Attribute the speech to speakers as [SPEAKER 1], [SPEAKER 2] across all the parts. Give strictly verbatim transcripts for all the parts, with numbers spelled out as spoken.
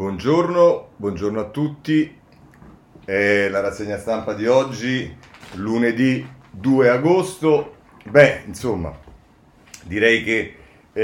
[SPEAKER 1] Buongiorno, buongiorno a tutti. È la rassegna stampa di oggi, lunedì due agosto. Beh, insomma, direi che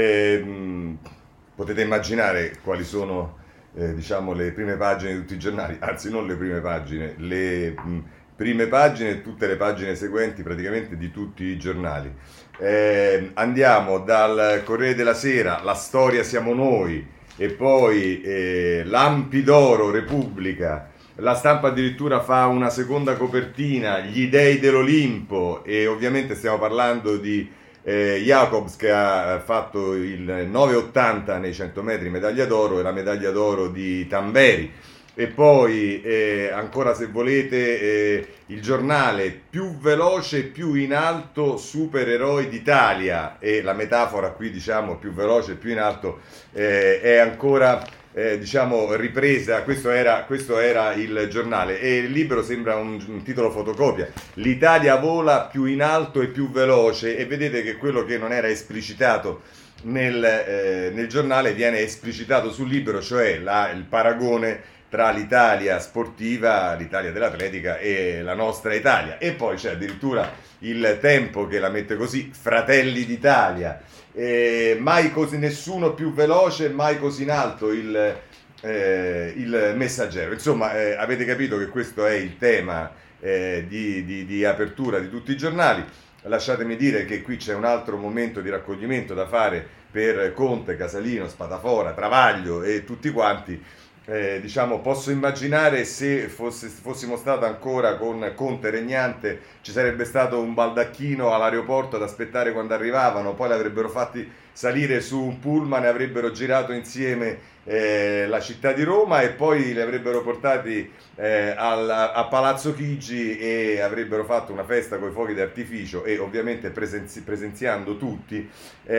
[SPEAKER 1] ehm, potete immaginare quali sono eh, diciamo, le prime pagine di tutti i giornali, anzi non le prime pagine, le mh, prime pagine e tutte le pagine seguenti praticamente di tutti i giornali. Eh, andiamo dal Corriere della Sera, La storia siamo noi, e poi eh, Lampi d'Oro, Repubblica. La Stampa addirittura fa una seconda copertina, Gli dei dell'Olimpo, e ovviamente stiamo parlando di eh, Jacobs, che ha fatto il nove virgola ottanta nei cento metri, medaglia d'oro, e la medaglia d'oro di Tamberi. E poi eh, ancora, se volete, eh, il giornale più veloce, più in alto, supereroi d'Italia, e la metafora qui, diciamo, più veloce, più in alto, eh, è ancora eh, diciamo ripresa. Questo era, questo era il giornale, e il libro sembra un, un titolo fotocopia: l'Italia vola più in alto e più veloce. E vedete che quello che non era esplicitato nel, eh, nel giornale viene esplicitato sul libro, cioè la, il paragone tra l'Italia sportiva, l'Italia dell'atletica, e la nostra Italia. E poi c'è addirittura il Tempo che la mette così: Fratelli d'Italia, eh, mai così, nessuno più veloce, mai così in alto il, eh, il Messaggero. Insomma, eh, avete capito che questo è il tema eh, di, di, di apertura di tutti i giornali. Lasciatemi dire che qui c'è un altro momento di raccoglimento da fare per Conte, Casalino, Spadafora, Travaglio e tutti quanti. Eh, diciamo, posso immaginare, se fosse, fossimo stato ancora con Conte regnante, ci sarebbe stato un baldacchino all'aeroporto ad aspettare quando arrivavano, poi li avrebbero fatti salire su un pullman e avrebbero girato insieme eh, la città di Roma, e poi li avrebbero portati eh, al, a Palazzo Chigi e avrebbero fatto una festa con i fuochi d'artificio, e ovviamente presenzi, presenziando tutti.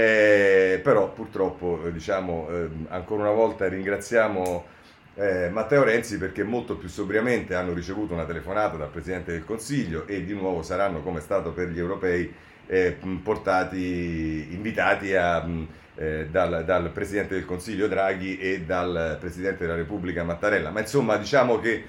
[SPEAKER 1] Eh, però purtroppo eh, diciamo, eh, ancora una volta ringraziamo Eh, Matteo Renzi, perché molto più sobriamente hanno ricevuto una telefonata dal Presidente del Consiglio, e di nuovo saranno, come è stato per gli europei, eh, portati, invitati a, eh, dal, dal Presidente del Consiglio Draghi e dal Presidente della Repubblica Mattarella. Ma insomma, diciamo che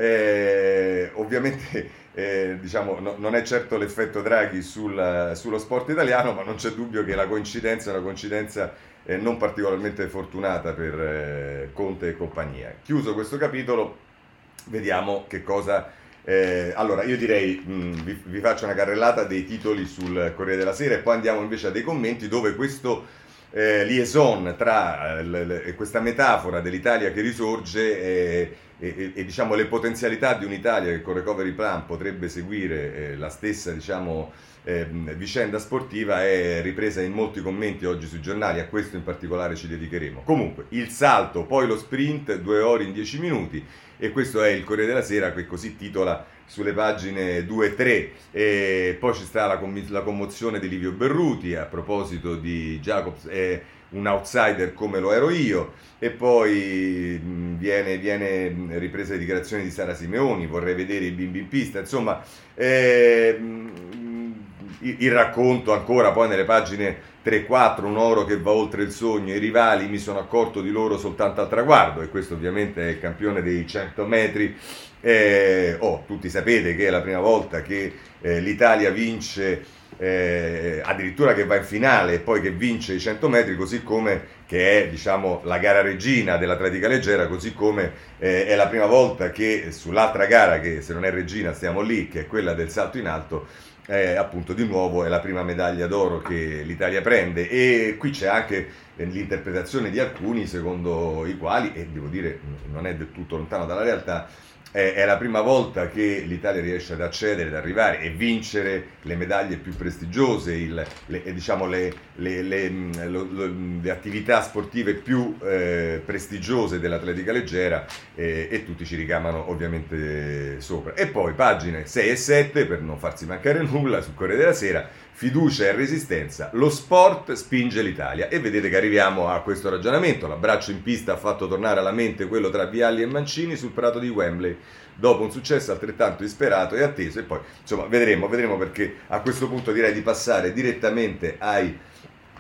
[SPEAKER 1] eh, ovviamente eh, diciamo, no, non è certo l'effetto Draghi sul, sullo sport italiano, ma non c'è dubbio che la coincidenza è una coincidenza eh, non particolarmente fortunata per eh, Conte e compagnia. Chiuso questo capitolo, vediamo che cosa. Eh, allora, io direi, mh, vi, vi faccio una carrellata dei titoli sul Corriere della Sera, e poi andiamo invece a dei commenti dove questo eh, liaison tra l, l, questa metafora dell'Italia che risorge e, e, e diciamo le potenzialità di un'Italia che con Recovery Plan potrebbe seguire eh, la stessa, diciamo, eh, vicenda sportiva, è ripresa in molti commenti oggi sui giornali. A questo in particolare ci dedicheremo. Comunque, il salto, poi lo sprint, due ore in dieci minuti, e questo è il Corriere della Sera, che così titola sulle pagine due e tre. E poi ci sta la, commi- la commozione di Livio Berruti a proposito di Jacobs, è un outsider come lo ero io. E poi mh, viene, viene ripresa le dichiarazioni di Sara Simeoni: vorrei vedere i bimbi in pista. Insomma, eh, il, il racconto ancora poi nelle pagine tre e quattro: un oro che va oltre il sogno, i rivali, mi sono accorto di loro soltanto al traguardo. E questo ovviamente è il campione dei cento metri. Eh, oh, tutti sapete che è la prima volta che eh, l'Italia vince, eh, addirittura che va in finale e poi che vince i cento metri, così come che è, diciamo, la gara regina dell'atletica leggera, così come eh, è la prima volta che sull'altra gara, che se non è regina stiamo lì, che è quella del salto in alto, eh, appunto di nuovo è la prima medaglia d'oro che l'Italia prende. E qui c'è anche l'interpretazione di alcuni secondo i quali, e devo dire non è del tutto lontano dalla realtà, è la prima volta che l'Italia riesce ad accedere, ad arrivare e vincere le medaglie più prestigiose, il, le, diciamo le, le, le, lo, lo, le attività sportive più eh, prestigiose dell'atletica leggera, eh, e tutti ci ricamano ovviamente sopra. E poi pagine sei e sette, per non farsi mancare nulla, sul Corriere della Sera: fiducia e resistenza, lo sport spinge l'Italia. E vedete che arriviamo a questo ragionamento: l'abbraccio in pista ha fatto tornare alla mente quello tra Vialli e Mancini sul prato di Wembley, dopo un successo altrettanto disperato e atteso. E poi, insomma, vedremo, vedremo perché a questo punto direi di passare direttamente ai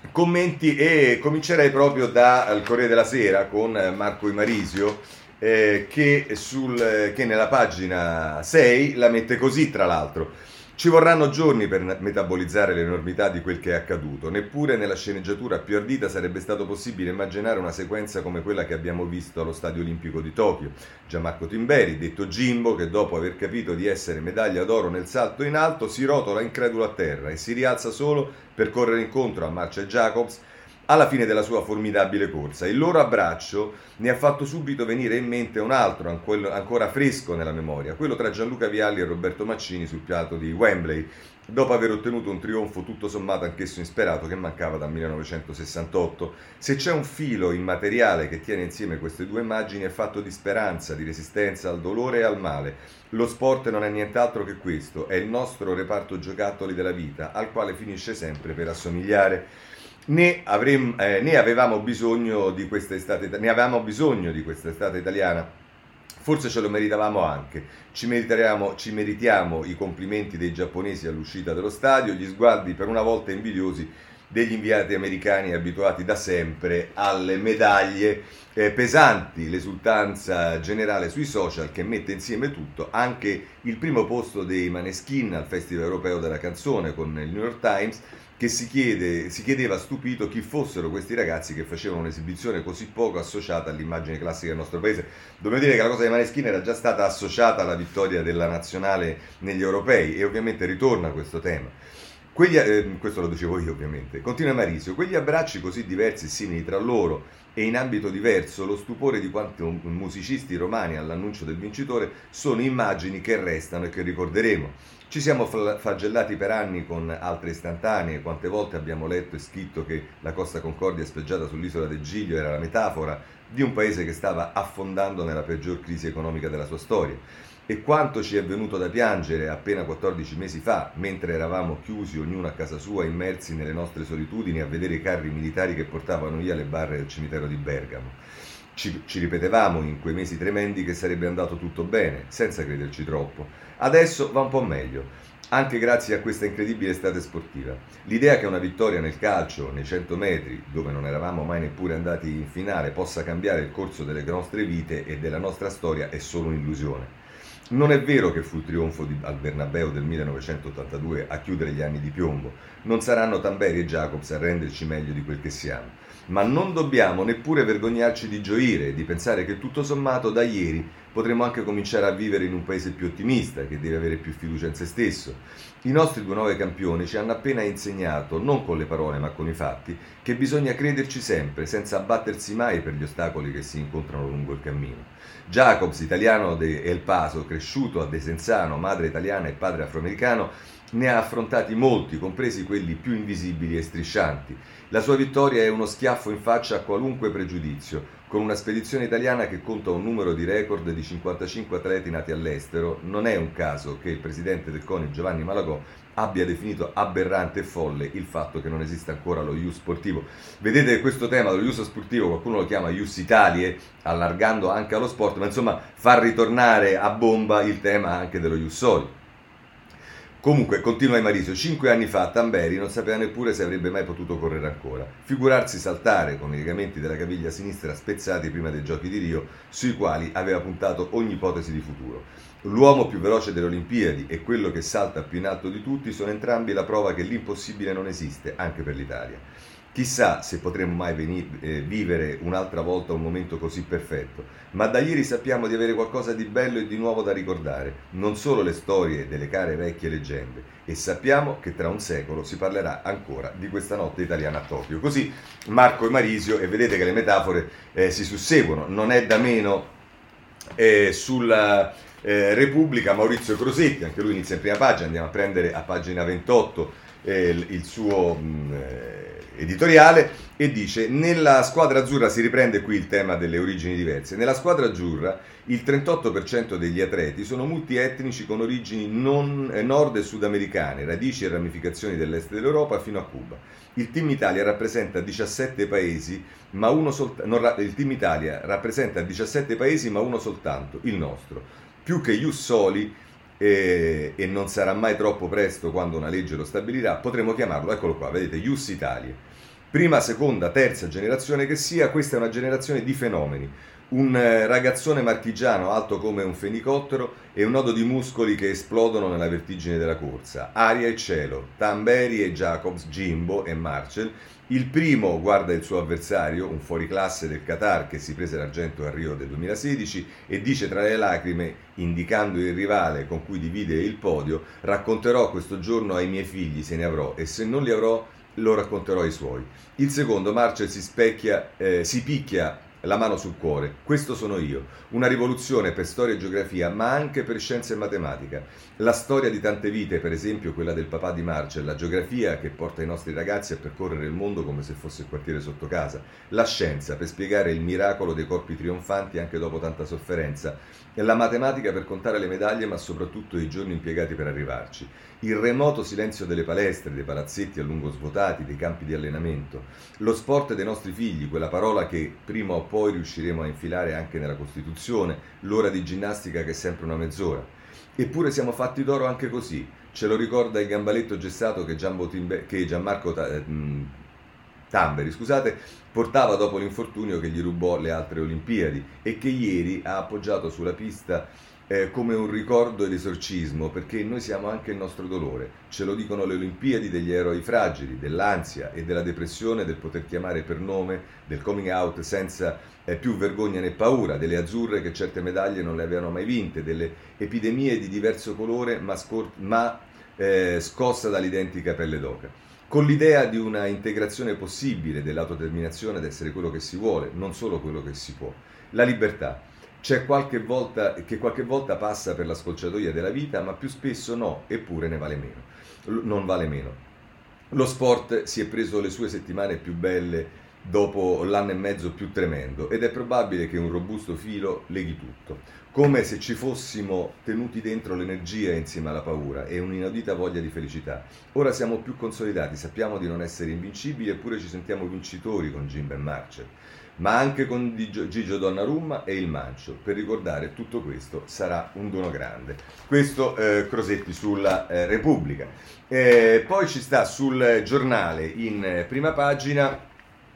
[SPEAKER 1] commenti, e comincerei proprio dal Corriere della Sera con Marco Imarisio, eh, che, sul, che nella pagina sei la mette così, tra l'altro: ci vorranno giorni per metabolizzare l'enormità di quel che è accaduto. Neppure nella sceneggiatura più ardita sarebbe stato possibile immaginare una sequenza come quella che abbiamo visto allo Stadio Olimpico di Tokyo. Gianmarco Timberi, detto Jimbo, che dopo aver capito di essere medaglia d'oro nel salto in alto, si rotola incredulo a terra e si rialza solo per correre incontro a Marcel Jacobs alla fine della sua formidabile corsa. Il loro abbraccio ne ha fatto subito venire in mente un altro, ancora fresco nella memoria, quello tra Gianluca Vialli e Roberto Mancini sul piatto di Wembley, dopo aver ottenuto un trionfo tutto sommato anch'esso insperato che mancava dal millenovecentosessantotto. Se c'è un filo immateriale che tiene insieme queste due immagini, è fatto di speranza, di resistenza al dolore e al male. Lo sport non è nient'altro che questo, è il nostro reparto giocattoli della vita, al quale finisce sempre per assomigliare. Ne, avremmo, eh, ne avevamo bisogno di questa estate, ne avevamo bisogno di questa estate italiana, forse ce lo meritavamo anche. Ci meritiamo, ci meritiamo i complimenti dei giapponesi all'uscita dello stadio, gli sguardi per una volta invidiosi degli inviati americani abituati da sempre alle medaglie eh, pesanti, l'esultanza generale sui social che mette insieme tutto, anche il primo posto dei Maneskin al Festival Europeo della Canzone con il New York Times, che si, chiede, si chiedeva stupito chi fossero questi ragazzi che facevano un'esibizione così poco associata all'immagine classica del nostro paese. Dobbiamo dire che la cosa dei Maneskin era già stata associata alla vittoria della nazionale negli europei, e ovviamente ritorna questo tema. Quegli, eh, questo lo dicevo io ovviamente. Continua Marisio: quegli abbracci così diversi e simili tra loro e in ambito diverso, lo stupore di quanti musicisti romani all'annuncio del vincitore, sono immagini che restano e che ricorderemo. Ci siamo flagellati per anni con altre istantanee. Quante volte abbiamo letto e scritto che la Costa Concordia speggiata sull'isola del Giglio era la metafora di un paese che stava affondando nella peggior crisi economica della sua storia. E quanto ci è venuto da piangere appena quattordici mesi fa, mentre eravamo chiusi ognuno a casa sua, immersi nelle nostre solitudini, a vedere i carri militari che portavano via le barre del cimitero di Bergamo. Ci, ci ripetevamo in quei mesi tremendi che sarebbe andato tutto bene, senza crederci troppo. Adesso va un po' meglio, anche grazie a questa incredibile estate sportiva. L'idea che una vittoria nel calcio, nei cento metri, dove non eravamo mai neppure andati in finale, possa cambiare il corso delle nostre vite e della nostra storia è solo un'illusione. Non è vero che fu il trionfo di, al Bernabeu del millenovecentottantadue a chiudere gli anni di piombo. Non saranno Tamberi e Jacobs a renderci meglio di quel che siamo. Ma non dobbiamo neppure vergognarci di gioire e di pensare che tutto sommato da ieri potremo anche cominciare a vivere in un paese più ottimista, che deve avere più fiducia in se stesso. I nostri due nuovi campioni ci hanno appena insegnato, non con le parole ma con i fatti, che bisogna crederci sempre, senza abbattersi mai per gli ostacoli che si incontrano lungo il cammino. Jacobs, italiano di El Paso, cresciuto a Desenzano, madre italiana e padre afroamericano, ne ha affrontati molti, compresi quelli più invisibili e striscianti. La sua vittoria è uno schiaffo in faccia a qualunque pregiudizio. Con una spedizione italiana che conta un numero di record di cinquantacinque atleti nati all'estero, non è un caso che il presidente del CONI, Giovanni Malagò, abbia definito aberrante e folle il fatto che non esista ancora lo Ius sportivo. Vedete, questo tema dello Ius sportivo qualcuno lo chiama Ius Italie, allargando anche allo sport, ma insomma fa ritornare a bomba il tema anche dello Ius Soli. Comunque, continua Marisio, cinque anni fa Tamberi non sapeva neppure se avrebbe mai potuto correre ancora. Figurarsi saltare con i legamenti della caviglia sinistra spezzati prima dei giochi di Rio, sui quali aveva puntato ogni ipotesi di futuro. L'uomo più veloce delle Olimpiadi e quello che salta più in alto di tutti sono entrambi la prova che l'impossibile non esiste, anche per l'Italia. Chissà se potremo mai venire, eh, vivere un'altra volta un momento così perfetto, ma da ieri sappiamo di avere qualcosa di bello e di nuovo da ricordare, non solo le storie delle care vecchie leggende, e sappiamo che tra un secolo si parlerà ancora di questa notte italiana a Tokyo. Così Marco Imarisio, e vedete che le metafore eh, si susseguono. Non è da meno eh, sulla eh, Repubblica Maurizio Crosetti, anche lui inizia in prima pagina, andiamo a prendere a pagina ventotto eh, il suo mh, editoriale, e dice: nella squadra azzurra, si riprende qui il tema delle origini diverse, nella squadra azzurra il trentotto per cento degli atleti sono multietnici con origini non, eh, nord e sudamericane, radici e ramificazioni dell'est dell'Europa fino a Cuba. Il Team Italia rappresenta diciassette paesi, ma uno soltanto, non, il Team Italia rappresenta diciassette paesi, ma uno soltanto, il nostro. Più che Ius Soli, eh, e non sarà mai troppo presto quando una legge lo stabilirà, potremo chiamarlo, eccolo qua, vedete, Ius Italia. Prima, seconda, terza generazione che sia, questa è una generazione di fenomeni. Un eh, ragazzone marchigiano alto come un fenicottero e un nodo di muscoli che esplodono nella vertigine della corsa. Aria e cielo, Tamberi e Jacobs, Jimbo e Marcel. Il primo guarda il suo avversario, un fuoriclasse del Qatar che si prese l'argento a Rio del duemilasedici, e dice tra le lacrime, indicando il rivale con cui divide il podio: racconterò questo giorno ai miei figli se ne avrò, e se non li avrò lo racconterò ai suoi. Il secondo, Marcel, si specchia, eh, si picchia la mano sul cuore. Questo sono io. Una rivoluzione per storia e geografia, ma anche per scienza e matematica. La storia di tante vite, per esempio quella del papà di Marcel, la geografia che porta i nostri ragazzi a percorrere il mondo come se fosse il quartiere sotto casa. La scienza per spiegare il miracolo dei corpi trionfanti anche dopo tanta sofferenza. E la matematica per contare le medaglie, ma soprattutto i giorni impiegati per arrivarci. Il remoto silenzio delle palestre, dei palazzetti a lungo svuotati, dei campi di allenamento. Lo sport dei nostri figli, quella parola che prima o poi riusciremo a infilare anche nella Costituzione, l'ora di ginnastica che è sempre una mezz'ora. Eppure siamo fatti d'oro anche così. Ce lo ricorda il gambaletto gessato che, Timbe, che Gianmarco eh, Tamberi, scusate, portava dopo l'infortunio che gli rubò le altre Olimpiadi e che ieri ha appoggiato sulla pista eh, come un ricordo ed esorcismo, perché noi siamo anche il nostro dolore. Ce lo dicono le Olimpiadi degli eroi fragili, dell'ansia e della depressione, del poter chiamare per nome, del coming out senza eh, più vergogna né paura, delle azzurre che certe medaglie non le avevano mai vinte, delle epidemie di diverso colore ma, scor- ma eh, scossa dall'identica pelle d'oca. Con l'idea di una integrazione possibile dell'autodeterminazione ad essere quello che si vuole, non solo quello che si può. La libertà. C'è qualche volta che qualche volta passa per la scorciatoia della vita, ma più spesso no, eppure ne vale meno. Non vale meno. Lo sport si è preso le sue settimane più belle dopo l'anno e mezzo più tremendo, ed è probabile che un robusto filo leghi tutto, come se ci fossimo tenuti dentro l'energia insieme alla paura e un'inaudita voglia di felicità. Ora siamo più consolidati, sappiamo di non essere invincibili, eppure ci sentiamo vincitori con Jimbo e Marcel, ma anche con Gigio Donnarumma e il Mancio. Per ricordare tutto questo sarà un dono grande. Questo eh, Crosetti sulla eh, Repubblica. Eh, poi ci sta sul giornale in eh, prima pagina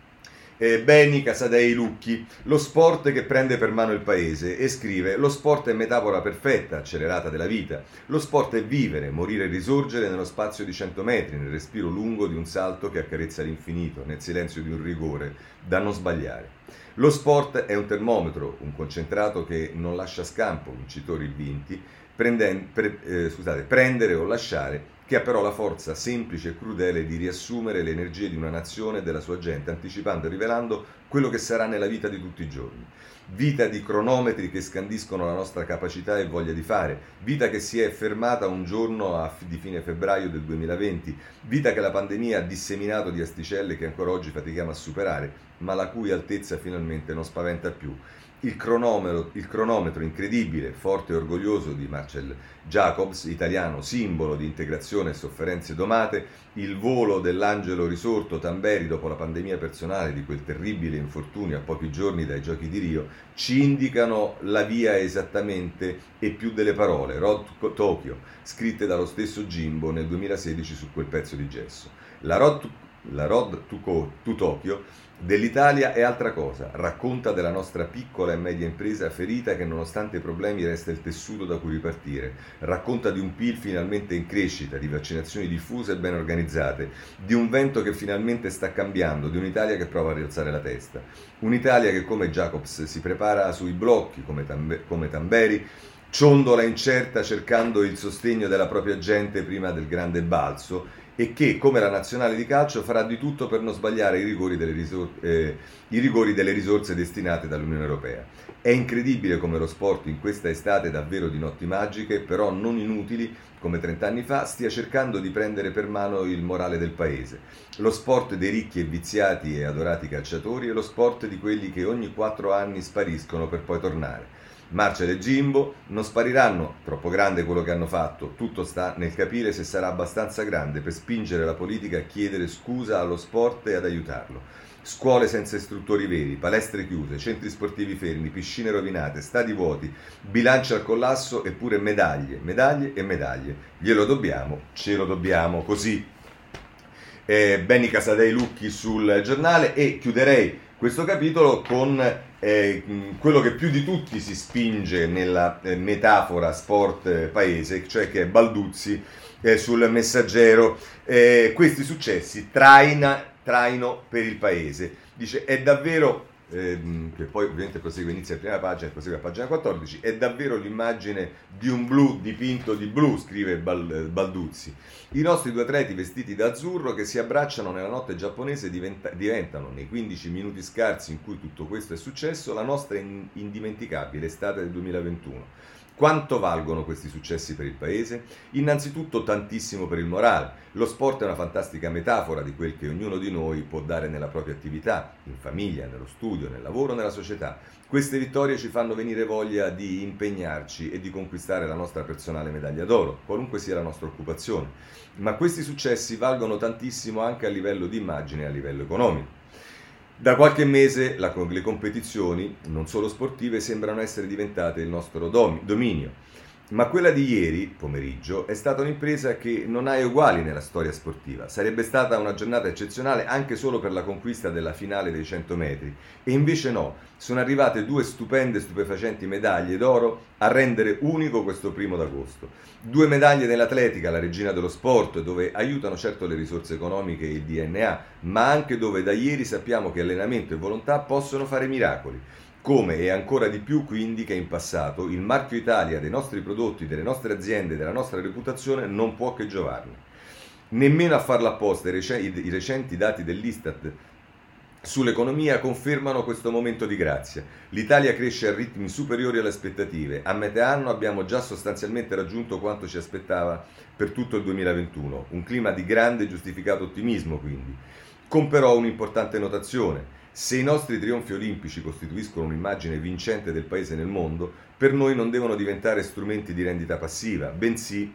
[SPEAKER 1] Eh, Benny Casadei Lucchi, lo sport che prende per mano il paese, e scrive: lo sport è metafora perfetta, accelerata della vita. Lo sport è vivere, morire e risorgere nello spazio di cento metri, nel respiro lungo di un salto che accarezza l'infinito, nel silenzio di un rigore da non sbagliare. Lo sport è un termometro, un concentrato che non lascia scampo, vincitori vinti, prenden, pre, eh, scusate, prendere o lasciare, che ha però la forza semplice e crudele di riassumere le energie di una nazione e della sua gente, anticipando e rivelando quello che sarà nella vita di tutti i giorni. Vita di cronometri che scandiscono la nostra capacità e voglia di fare, vita che si è fermata un giorno a, di fine febbraio del duemilaventi, vita che la pandemia ha disseminato di asticelle che ancora oggi fatichiamo a superare, ma la cui altezza finalmente non spaventa più. Il cronometro, il cronometro incredibile, forte e orgoglioso di Marcel Jacobs, italiano simbolo di integrazione e sofferenze domate, il volo dell'angelo risorto Tamberi dopo la pandemia personale di quel terribile infortunio a pochi giorni dai Giochi di Rio, ci indicano la via esattamente e più delle parole, Road to Tokyo, scritte dallo stesso Jimbo nel duemilasedici su quel pezzo di gesso. La Road to, la road to, to Tokyo dell'Italia è altra cosa, racconta della nostra piccola e media impresa ferita che nonostante i problemi resta il tessuto da cui ripartire, racconta di un P I L finalmente in crescita, di vaccinazioni diffuse e ben organizzate, di un vento che finalmente sta cambiando, di un'Italia che prova a rialzare la testa, un'Italia che come Jacobs si prepara sui blocchi, come, Tambe- come Tamberi, ciondola incerta cercando il sostegno della propria gente prima del grande balzo, e che, come la nazionale di calcio, farà di tutto per non sbagliare i rigori delle, risor- eh, i rigori delle risorse destinate dall'Unione Europea. È incredibile come lo sport in questa estate davvero di notti magiche, però non inutili, come trent'anni fa, stia cercando di prendere per mano il morale del paese. Lo sport dei ricchi e viziati e adorati calciatori è lo sport di quelli che ogni quattro anni spariscono per poi tornare. Marcel e Jimbo non spariranno, troppo grande quello che hanno fatto, tutto sta nel capire se sarà abbastanza grande per spingere la politica a chiedere scusa allo sport e ad aiutarlo. Scuole senza istruttori veri, palestre chiuse, centri sportivi fermi, piscine rovinate, stadi vuoti, bilanci al collasso, eppure medaglie, medaglie e medaglie. Glielo dobbiamo, ce lo dobbiamo, così. eh, Benny Casadei Lucchi sul giornale, e chiuderei questo capitolo con eh, quello che più di tutti si spinge nella eh, metafora sport eh, paese, cioè che è Balduzzi eh, sul Messaggero. Eh, questi successi traina, traino per il paese. Dice, è davvero, eh, che poi ovviamente prosegue, inizia la prima pagina e prosegue a pagina quattordici, è davvero l'immagine di un blu dipinto di blu, scrive Bal- Balduzzi. I nostri due atleti vestiti da azzurro che si abbracciano nella notte giapponese diventa- diventano, nei quindici minuti scarsi in cui tutto questo è successo, la nostra in- indimenticabile estate del duemilaventuno. Quanto valgono questi successi per il paese? Innanzitutto tantissimo per il morale. Lo sport è una fantastica metafora di quel che ognuno di noi può dare nella propria attività, in famiglia, nello studio, nel lavoro, nella società. Queste vittorie ci fanno venire voglia di impegnarci e di conquistare la nostra personale medaglia d'oro, qualunque sia la nostra occupazione. Ma questi successi valgono tantissimo anche a livello di immagine e a livello economico. Da qualche mese la, le competizioni, non solo sportive, sembrano essere diventate il nostro dom- dominio. Ma quella di ieri pomeriggio è stata un'impresa che non ha uguali nella storia sportiva. Sarebbe stata una giornata eccezionale anche solo per la conquista della finale dei cento metri. E invece no, sono arrivate due stupende e stupefacenti medaglie d'oro a rendere unico questo primo d'agosto. Due medaglie nell'atletica, la regina dello sport, dove aiutano certo le risorse economiche e il D N A, ma anche dove da ieri sappiamo che allenamento e volontà possono fare miracoli. Come e ancora di più quindi che in passato il marchio Italia dei nostri prodotti, delle nostre aziende, della nostra reputazione non può che giovarne. Nemmeno a farla apposta i recenti dati dell'Istat sull'economia confermano questo momento di grazia. L'Italia cresce a ritmi superiori alle aspettative. A metà anno abbiamo già sostanzialmente raggiunto quanto ci aspettava per tutto il duemilaventuno. Un clima di grande e giustificato ottimismo quindi. Con però un'importante notazione. Se i nostri trionfi olimpici costituiscono un'immagine vincente del paese nel mondo, per noi non devono diventare strumenti di rendita passiva, bensì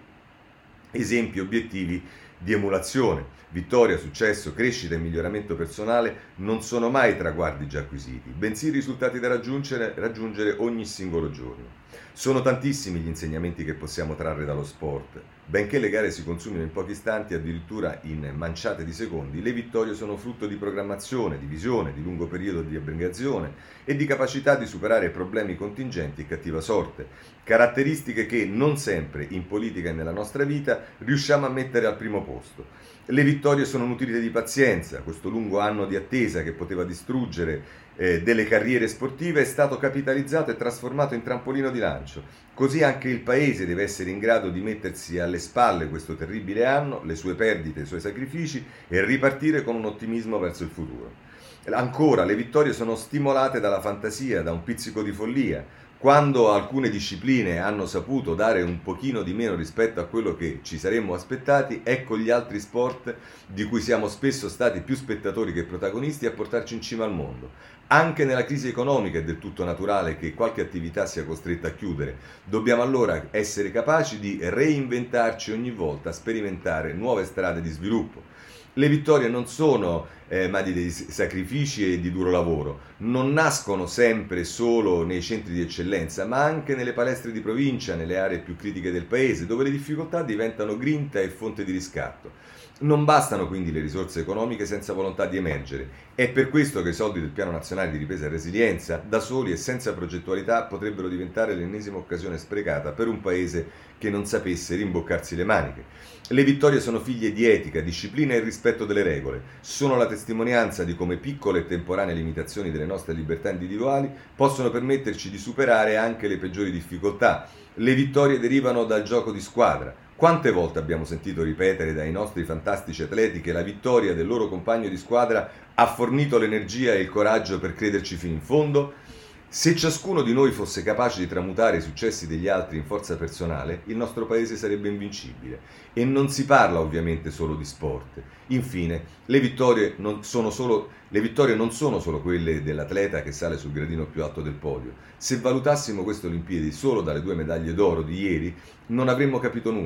[SPEAKER 1] esempi obiettivi di emulazione. Vittoria, successo, crescita e miglioramento personale non sono mai traguardi già acquisiti, bensì risultati da raggiungere, raggiungere ogni singolo giorno. Sono tantissimi gli insegnamenti che possiamo trarre dallo sport. Benché le gare si consumino in pochi istanti, addirittura in manciate di secondi, le vittorie sono frutto di programmazione, di visione, di lungo periodo di abnegazione e di capacità di superare problemi contingenti e cattiva sorte, caratteristiche che non sempre in politica e nella nostra vita riusciamo a mettere al primo posto. Le vittorie sono nutrite di pazienza, questo lungo anno di attesa che poteva distruggere eh, delle carriere sportive è stato capitalizzato e trasformato in trampolino di lancio. Così anche il Paese deve essere in grado di mettersi alle spalle questo terribile anno, le sue perdite, i suoi sacrifici e ripartire con un ottimismo verso il futuro. Ancora, le vittorie sono stimolate dalla fantasia, da un pizzico di follia. Quando alcune discipline hanno saputo dare un pochino di meno rispetto a quello che ci saremmo aspettati, ecco gli altri sport di cui siamo spesso stati più spettatori che protagonisti a portarci in cima al mondo. Anche nella crisi economica è del tutto naturale che qualche attività sia costretta a chiudere. Dobbiamo allora essere capaci di reinventarci ogni volta, sperimentare nuove strade di sviluppo. Le vittorie non sono eh, ma di sacrifici e di duro lavoro, non nascono sempre solo nei centri di eccellenza, ma anche nelle palestre di provincia, nelle aree più critiche del paese, dove le difficoltà diventano grinta e fonte di riscatto. Non bastano quindi le risorse economiche senza volontà di emergere. È per questo che i soldi del Piano Nazionale di Ripresa e Resilienza, da soli e senza progettualità, potrebbero diventare l'ennesima occasione sprecata per un paese che non sapesse rimboccarsi le maniche. Le vittorie sono figlie di etica, disciplina e rispetto delle regole. Sono la testimonianza di come piccole e temporanee limitazioni delle nostre libertà individuali possono permetterci di superare anche le peggiori difficoltà. Le vittorie derivano dal gioco di squadra. Quante volte abbiamo sentito ripetere dai nostri fantastici atleti che la vittoria del loro compagno di squadra ha fornito l'energia e il coraggio per crederci fino in fondo? Se ciascuno di noi fosse capace di tramutare i successi degli altri in forza personale, il nostro paese sarebbe invincibile. E non si parla ovviamente solo di sport. Infine, le vittorie non sono solo, le vittorie non sono solo quelle dell'atleta che sale sul gradino più alto del podio. Se valutassimo queste Olimpiadi solo dalle due medaglie d'oro di ieri, non avremmo capito nulla.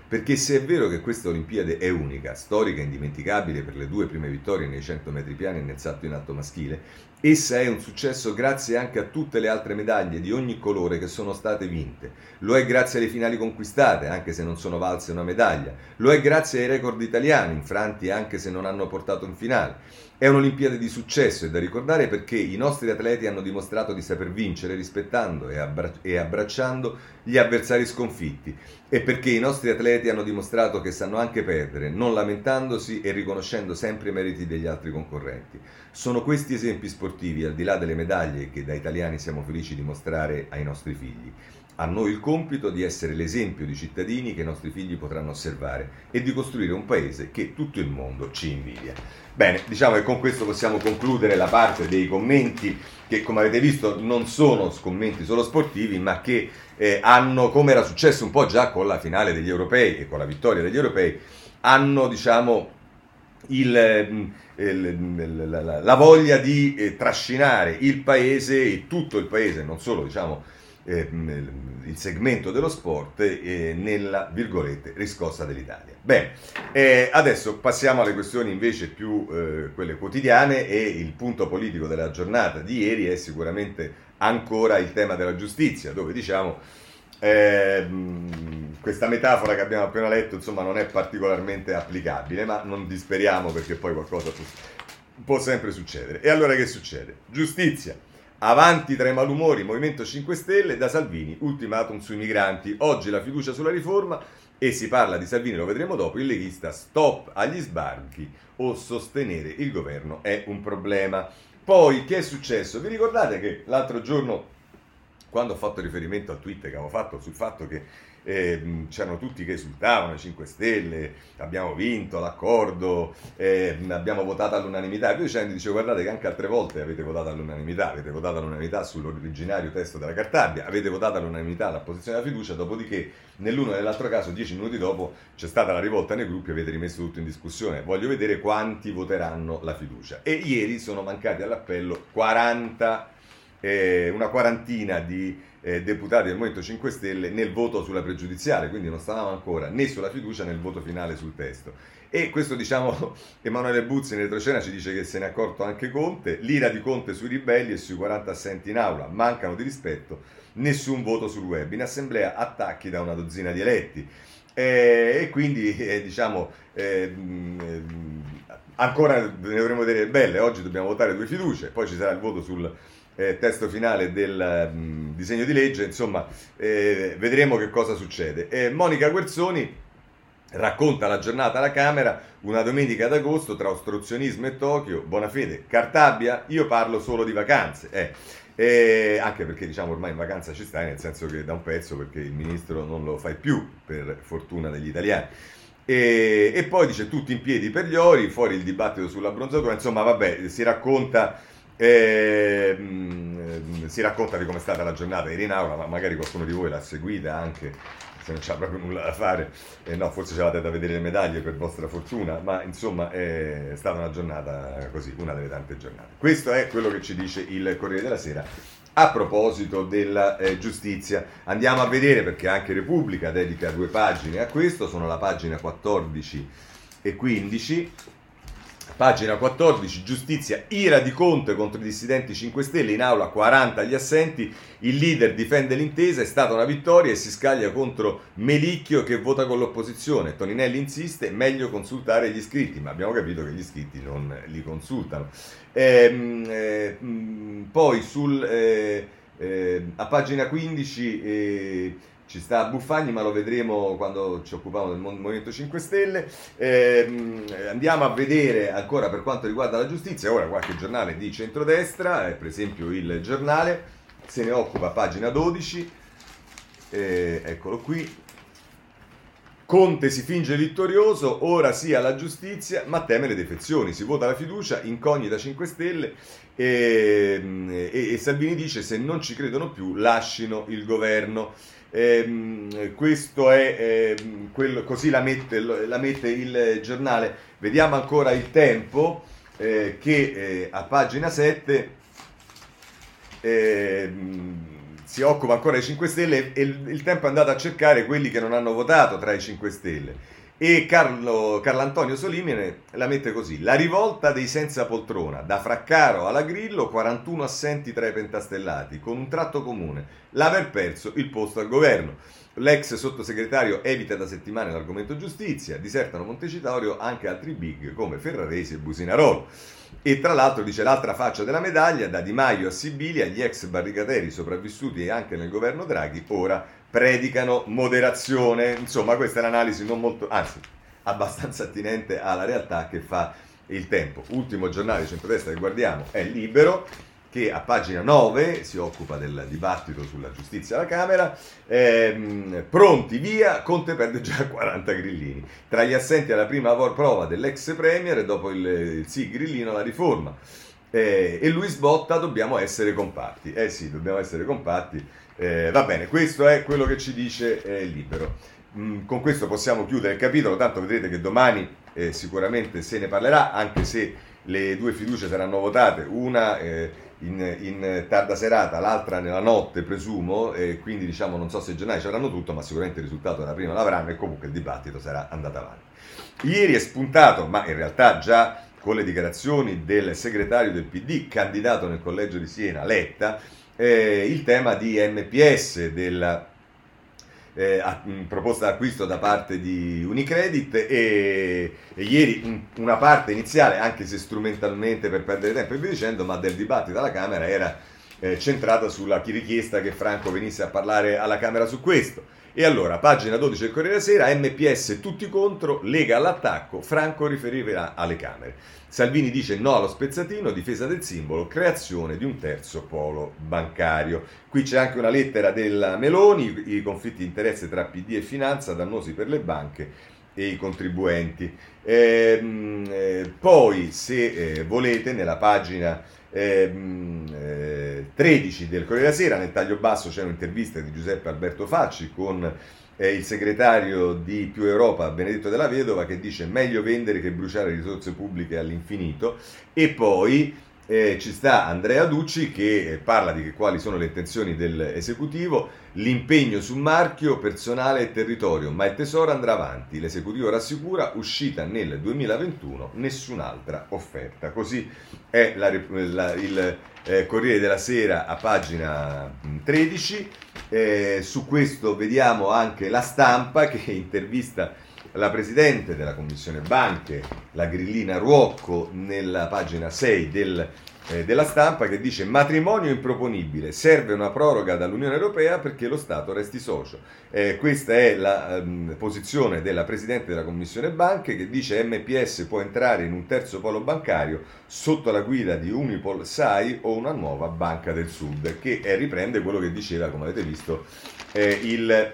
[SPEAKER 1] perché se è vero che questa Olimpiade è unica, storica e indimenticabile per le due prime vittorie nei cento metri piani e nel salto in alto maschile, essa è un successo grazie anche a tutte le altre medaglie di ogni colore che sono state vinte. Lo è grazie alle finali conquistate, anche se non sono valse una medaglia. Lo è grazie ai record italiani, infranti anche se non hanno portato in finale. È un'Olimpiade di successo e da ricordare perché i nostri atleti hanno dimostrato di saper vincere rispettando e, abbra- e abbracciando gli avversari sconfitti e perché i nostri atleti hanno dimostrato che sanno anche perdere, non lamentandosi e riconoscendo sempre i meriti degli altri concorrenti. Sono questi esempi sportivi, al di là delle medaglie che da italiani siamo felici di mostrare ai nostri figli. A noi il compito di essere l'esempio di cittadini che i nostri figli potranno osservare e di costruire un paese che tutto il mondo ci invidia. Bene, diciamo che con questo possiamo concludere la parte dei commenti che, come avete visto, non sono commenti solo sportivi, ma che eh, hanno, come era successo un po' già con la finale degli europei e con la vittoria degli europei, hanno, diciamo, il, il, la, la voglia di eh, trascinare il paese e tutto il paese, non solo, diciamo, eh, il segmento dello sport eh, nella, virgolette, riscossa dell'Italia. Bene, eh, adesso passiamo alle questioni invece più eh, quelle quotidiane, e il punto politico della giornata di ieri è sicuramente ancora il tema della giustizia, dove diciamo eh, questa metafora che abbiamo appena letto, insomma, non è particolarmente applicabile, ma non disperiamo perché poi qualcosa può, può sempre succedere. E allora che succede? Giustizia. Avanti tra i malumori, Movimento cinque Stelle, da Salvini, ultimatum sui migranti. Oggi la fiducia sulla riforma e si parla di Salvini, lo vedremo dopo, il leghista, stop agli sbarchi o sostenere il governo è un problema. Poi, che è successo? Vi ricordate che l'altro giorno, quando ho fatto riferimento al tweet che avevo fatto sul fatto che eh, c'erano tutti che esultavano, i cinque Stelle, abbiamo vinto l'accordo, eh, abbiamo votato all'unanimità, e poi dicendo, dicevo, guardate che anche altre volte avete votato all'unanimità, avete votato all'unanimità sull'originario testo della Cartabia, avete votato all'unanimità la posizione della fiducia, dopodiché nell'uno e nell'altro caso, dieci minuti dopo, c'è stata la rivolta nei gruppi, avete rimesso tutto in discussione. Voglio vedere quanti voteranno la fiducia. E ieri sono mancati all'appello quaranta, eh, una quarantina di eh, deputati del Movimento cinque Stelle nel voto sulla pregiudiziale, quindi non stavamo ancora né sulla fiducia né nel voto finale sul testo. E questo, diciamo, Emanuele Buzzi in retroscena ci dice che se ne è accorto anche Conte, l'ira di Conte sui ribelli e sui quaranta assenti in aula, mancano di rispetto, nessun voto sul web, in assemblea attacchi da una dozzina di eletti. Eh, e quindi eh, diciamo eh, ancora ne dovremo vedere belle. Oggi dobbiamo votare due fiducie, poi ci sarà il voto sul eh, testo finale del mh, disegno di legge, insomma eh, vedremo che cosa succede. Eh, Monica Guerzoni racconta la giornata alla Camera, una domenica d'agosto tra ostruzionismo e Tokyo, Bonafede, Cartabia, io parlo solo di vacanze, eh. E anche perché, diciamo, ormai in vacanza ci stai, nel senso che da un pezzo, perché il ministro non lo fa più, per fortuna degli italiani. E, e poi dice tutti in piedi per gli ori, fuori il dibattito sulla bronzatura, insomma vabbè, si racconta eh, si racconta di com'è stata la giornata ieri in aula, ma magari qualcuno di voi l'ha seguita anche, se non c'ha proprio nulla da fare, eh, no, forse c'avete da vedere le medaglie per vostra fortuna, ma insomma è stata una giornata così, una delle tante giornate. Questo è quello che ci dice il Corriere della Sera a proposito della eh, giustizia. Andiamo a vedere, perché anche Repubblica dedica due pagine a questo, sono la pagina quattordici e quindici. Pagina quattordici, giustizia, ira di Conte contro i dissidenti cinque Stelle, in aula quaranta gli assenti, il leader difende l'intesa, è stata una vittoria e si scaglia contro Melicchio che vota con l'opposizione. Toninelli insiste, meglio consultare gli iscritti, ma abbiamo capito che gli iscritti non li consultano. Ehm, eh, poi sul, eh, eh, a pagina quindici eh, ci sta Buffagni, ma lo vedremo quando ci occupiamo del Movimento cinque Stelle. Eh, andiamo a vedere ancora per quanto riguarda la giustizia, ora qualche giornale di centrodestra, eh, per esempio il Giornale, se ne occupa, pagina dodici, eh, eccolo qui. Conte si finge vittorioso, ora sì alla giustizia, ma teme le defezioni. Si vota la fiducia, incognita cinque Stelle, e, e, e Salvini dice se non ci credono più lascino il governo. Eh, questo è eh, quello, così la mette, la mette il Giornale. Vediamo ancora il Tempo, eh, che eh, a pagina sette eh, si occupa ancora dei cinque Stelle e il, il Tempo è andato a cercare quelli che non hanno votato tra i cinque Stelle. E Carlo, Carlantonio Solimene la mette così: la rivolta dei senza poltrona, da Fraccaro alla Grillo, quarantuno assenti tra i pentastellati, con un tratto comune, l'aver perso il posto al governo. L'ex sottosegretario evita da settimane l'argomento giustizia, disertano Montecitorio anche altri big come Ferraresi e Businarolo. E tra l'altro dice l'altra faccia della medaglia, da Di Maio a Sibilia, gli ex barricateri sopravvissuti anche nel governo Draghi ora predicano moderazione. Insomma, questa è l'analisi non molto, anzi, abbastanza attinente alla realtà che fa il Tempo. Ultimo giornale di centrodestra che guardiamo è Libero, che a pagina nove si occupa del dibattito sulla giustizia alla Camera. Ehm, pronti via, Conte perde già quaranta grillini. Tra gli assenti alla prima prova dell'ex premier, dopo il, il sì grillino alla riforma. Eh, e lui sbotta, dobbiamo essere compatti. Eh sì, dobbiamo essere compatti. Eh, va bene, questo è quello che ci dice eh, Libero. Mm, con questo possiamo chiudere il capitolo, tanto vedrete che domani eh, sicuramente se ne parlerà, anche se le due fiducie saranno votate, una eh, in, in tarda serata, l'altra nella notte presumo, e quindi diciamo non so se i giornali ci avranno tutto, ma sicuramente il risultato della prima l'avranno e comunque il dibattito sarà andato avanti. Ieri è spuntato, ma in realtà già con le dichiarazioni del segretario del P D, candidato nel collegio di Siena, Letta, eh, il tema di M P S, della eh, a, mh, proposta d'acquisto da parte di Unicredit, e, e ieri mh, una parte iniziale, anche se strumentalmente per perdere tempo e via dicendo, ma del dibattito alla Camera era eh, centrata sulla richiesta che Franco venisse a parlare alla Camera su questo. E allora, pagina dodici del Corriere della Sera, M P S tutti contro, Lega all'attacco, Franco riferirà alle Camere. Salvini dice no allo spezzatino, difesa del simbolo, creazione di un terzo polo bancario. Qui c'è anche una lettera della Meloni, i conflitti di interesse tra P D e Finanza, dannosi per le banche e i contribuenti. Ehm, eh, poi, se eh, volete, nella pagina ehm, eh, tredici del Corriere della Sera, nel taglio basso c'è un'intervista di Giuseppe Alberto Facci con eh, il segretario di Più Europa, Benedetto Della Vedova, che dice meglio vendere che bruciare risorse pubbliche all'infinito. E poi eh, ci sta Andrea Ducci che eh, parla di che, quali sono le intenzioni dell'esecutivo, l'impegno sul marchio, personale e territorio, ma il tesoro andrà avanti. L'esecutivo rassicura, uscita nel duemilaventuno, nessun'altra offerta. Così è la, la, il eh, Corriere della Sera a pagina tredici. Eh, su questo vediamo anche La Stampa, che intervista la presidente della commissione banche, la grillina Ruocco, nella pagina sei del, eh, della Stampa, che dice matrimonio improponibile, serve una proroga dall'Unione Europea perché lo Stato resti socio. Eh, questa è la um, posizione della presidente della commissione banche, che dice M P S può entrare in un terzo polo bancario sotto la guida di Unipol S A I o una nuova Banca del Sud, che eh, riprende quello che diceva, come avete visto, eh, il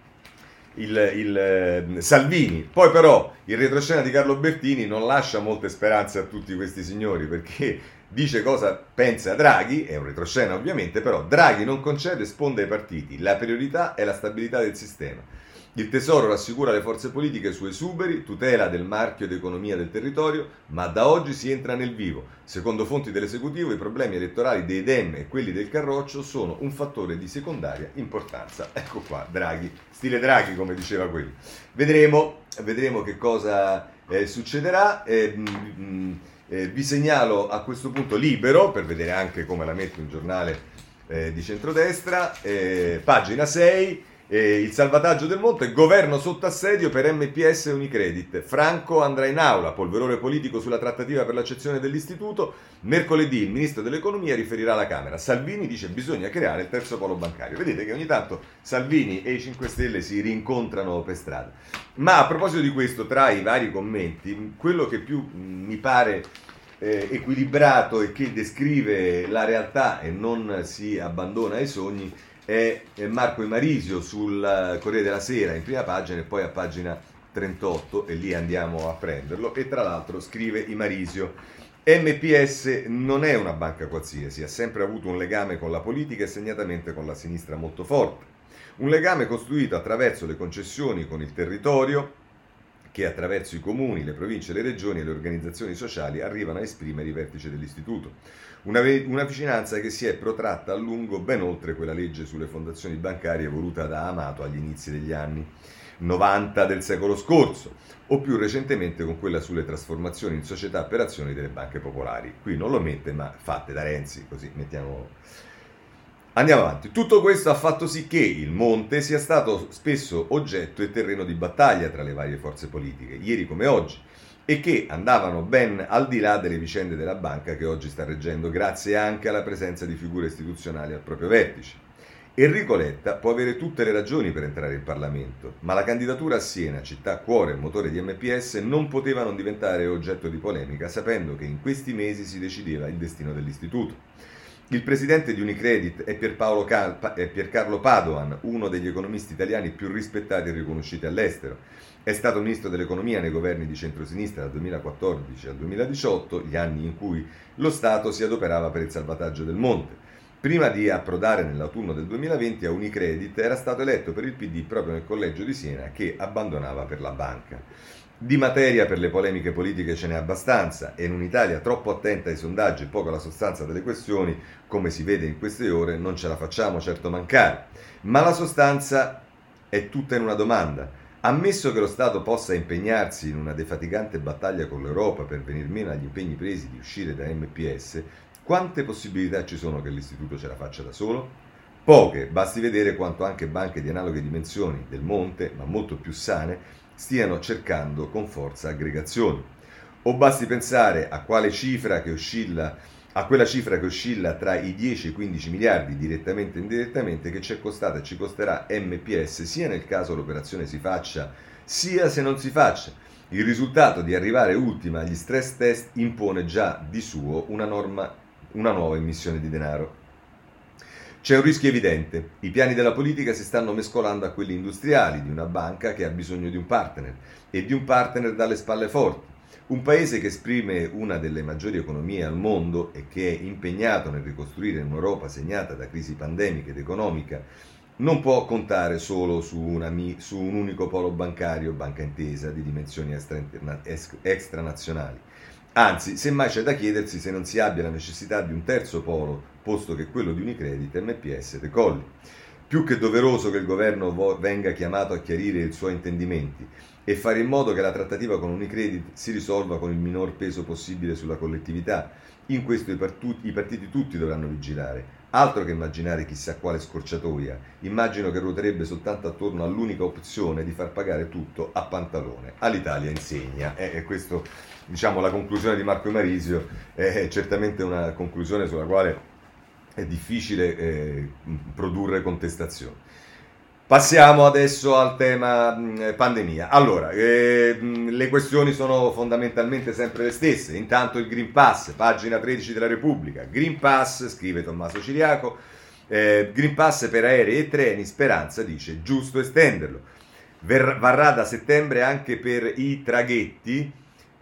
[SPEAKER 1] Il, il eh, Salvini. Poi però il retroscena di Carlo Bertini non lascia molte speranze a tutti questi signori, perché dice cosa pensa Draghi, è un retroscena ovviamente, però Draghi non concede sponde ai partiti, la priorità è la stabilità del sistema. Il Tesoro rassicura le forze politiche su esuberi, tutela del marchio ed economia del territorio, ma da oggi si entra nel vivo. Secondo fonti dell'esecutivo, i problemi elettorali dei Dem e quelli del Carroccio sono un fattore di secondaria importanza. Ecco qua, Draghi, stile Draghi come diceva quello. Vedremo, vedremo che cosa eh, succederà. Eh, mh, eh, vi segnalo a questo punto Libero, per vedere anche come la mette un giornale eh, di centrodestra, eh, pagina sei. Eh, il salvataggio del Monte, governo sotto assedio per M P S e Unicredit. Franco andrà in aula, polverone politico sulla trattativa per l'accezione dell'istituto. Mercoledì il ministro dell'economia riferirà alla Camera. Salvini dice bisogna creare il terzo polo bancario. Vedete che ogni tanto Salvini e i cinque Stelle si rincontrano per strada. Ma a proposito di questo, tra i vari commenti, quello che più mh, mi pare eh, equilibrato e che descrive la realtà e non si abbandona ai sogni è Marco Imarisio sul Corriere della Sera in prima pagina e poi a pagina trentotto, e lì andiamo a prenderlo. E tra l'altro scrive Imarisio: M P S non è una banca qualsiasi, ha sempre avuto un legame con la politica e segnatamente con la sinistra molto forte, un legame costruito attraverso le concessioni con il territorio che attraverso i comuni, le province, le regioni e le organizzazioni sociali arrivano a esprimere i vertici dell'istituto. Una, una vicinanza che si è protratta a lungo ben oltre quella legge sulle fondazioni bancarie voluta da Amato agli inizi degli anni novanta del secolo scorso, o più recentemente con quella sulle trasformazioni in società per azioni delle banche popolari. Qui non lo mette, ma fatte da Renzi, così mettiamo... Andiamo avanti. Tutto questo ha fatto sì che il Monte sia stato spesso oggetto e terreno di battaglia tra le varie forze politiche, ieri come oggi, e che andavano ben al di là delle vicende della banca che oggi sta reggendo, grazie anche alla presenza di figure istituzionali al proprio vertice. Enrico Letta può avere tutte le ragioni per entrare in Parlamento, ma la candidatura a Siena, città cuore e motore di M P S, non poteva non diventare oggetto di polemica, sapendo che in questi mesi si decideva il destino dell'istituto. Il presidente di Unicredit è, Pierpaolo Cal- è Piercarlo Padoan, uno degli economisti italiani più rispettati e riconosciuti all'estero. È stato ministro dell'economia nei governi di centrosinistra dal duemilaquattordici al duemiladiciotto, gli anni in cui lo Stato si adoperava per il salvataggio del Monte. Prima di approdare nell'autunno del duemilaventi a Unicredit, era stato eletto per il P D proprio nel collegio di Siena, che abbandonava per la banca. Di materia per le polemiche politiche ce n'è abbastanza, e in un'Italia troppo attenta ai sondaggi e poco alla sostanza delle questioni, come si vede in queste ore, non ce la facciamo certo mancare. Ma la sostanza è tutta in una domanda. Ammesso che lo Stato possa impegnarsi in una defatigante battaglia con l'Europa per venir meno agli impegni presi di uscire da M P S, quante possibilità ci sono che l'istituto ce la faccia da solo? Poche, basti vedere quanto anche banche di analoghe dimensioni del Monte, ma molto più sane, stiano cercando con forza aggregazioni. O basti pensare a quale cifra che oscilla, a quella cifra che oscilla tra i dieci e i quindici miliardi direttamente e indirettamente che ci è costata e ci costerà M P S, sia nel caso l'operazione si faccia, sia se non si faccia. Il risultato di arrivare ultima agli stress test impone già di suo una norma una nuova emissione di denaro. C'è un rischio evidente. I piani della politica si stanno mescolando a quelli industriali di una banca che ha bisogno di un partner e di un partner dalle spalle forti. Un paese che esprime una delle maggiori economie al mondo e che è impegnato nel ricostruire un'Europa segnata da crisi pandemica ed economica non può contare solo su, una, su un unico polo bancario, banca intesa, di dimensioni extranazionali. Anzi, semmai c'è da chiedersi se non si abbia la necessità di un terzo polo, posto che quello di Unicredit M P S decolli. Più che doveroso che il governo vo- venga chiamato a chiarire i suoi intendimenti e fare in modo che la trattativa con Unicredit si risolva con il minor peso possibile sulla collettività. In questo i, partu- i partiti tutti dovranno vigilare. Altro che immaginare chissà quale scorciatoia. Immagino che ruoterebbe soltanto attorno all'unica opzione di far pagare tutto a Pantalone. All'Italia insegna. E eh, questo, diciamo, la conclusione di Marco Marisio è certamente una conclusione sulla quale è difficile eh, produrre contestazioni. Passiamo adesso al tema mh, pandemia. Allora, eh, mh, le questioni sono fondamentalmente sempre le stesse. Intanto il Green Pass, pagina tredici della Repubblica. Green Pass, scrive Tommaso Ciriaco, eh, Green Pass per aerei e treni, Speranza dice giusto estenderlo. Ver- varrà da settembre anche per i traghetti.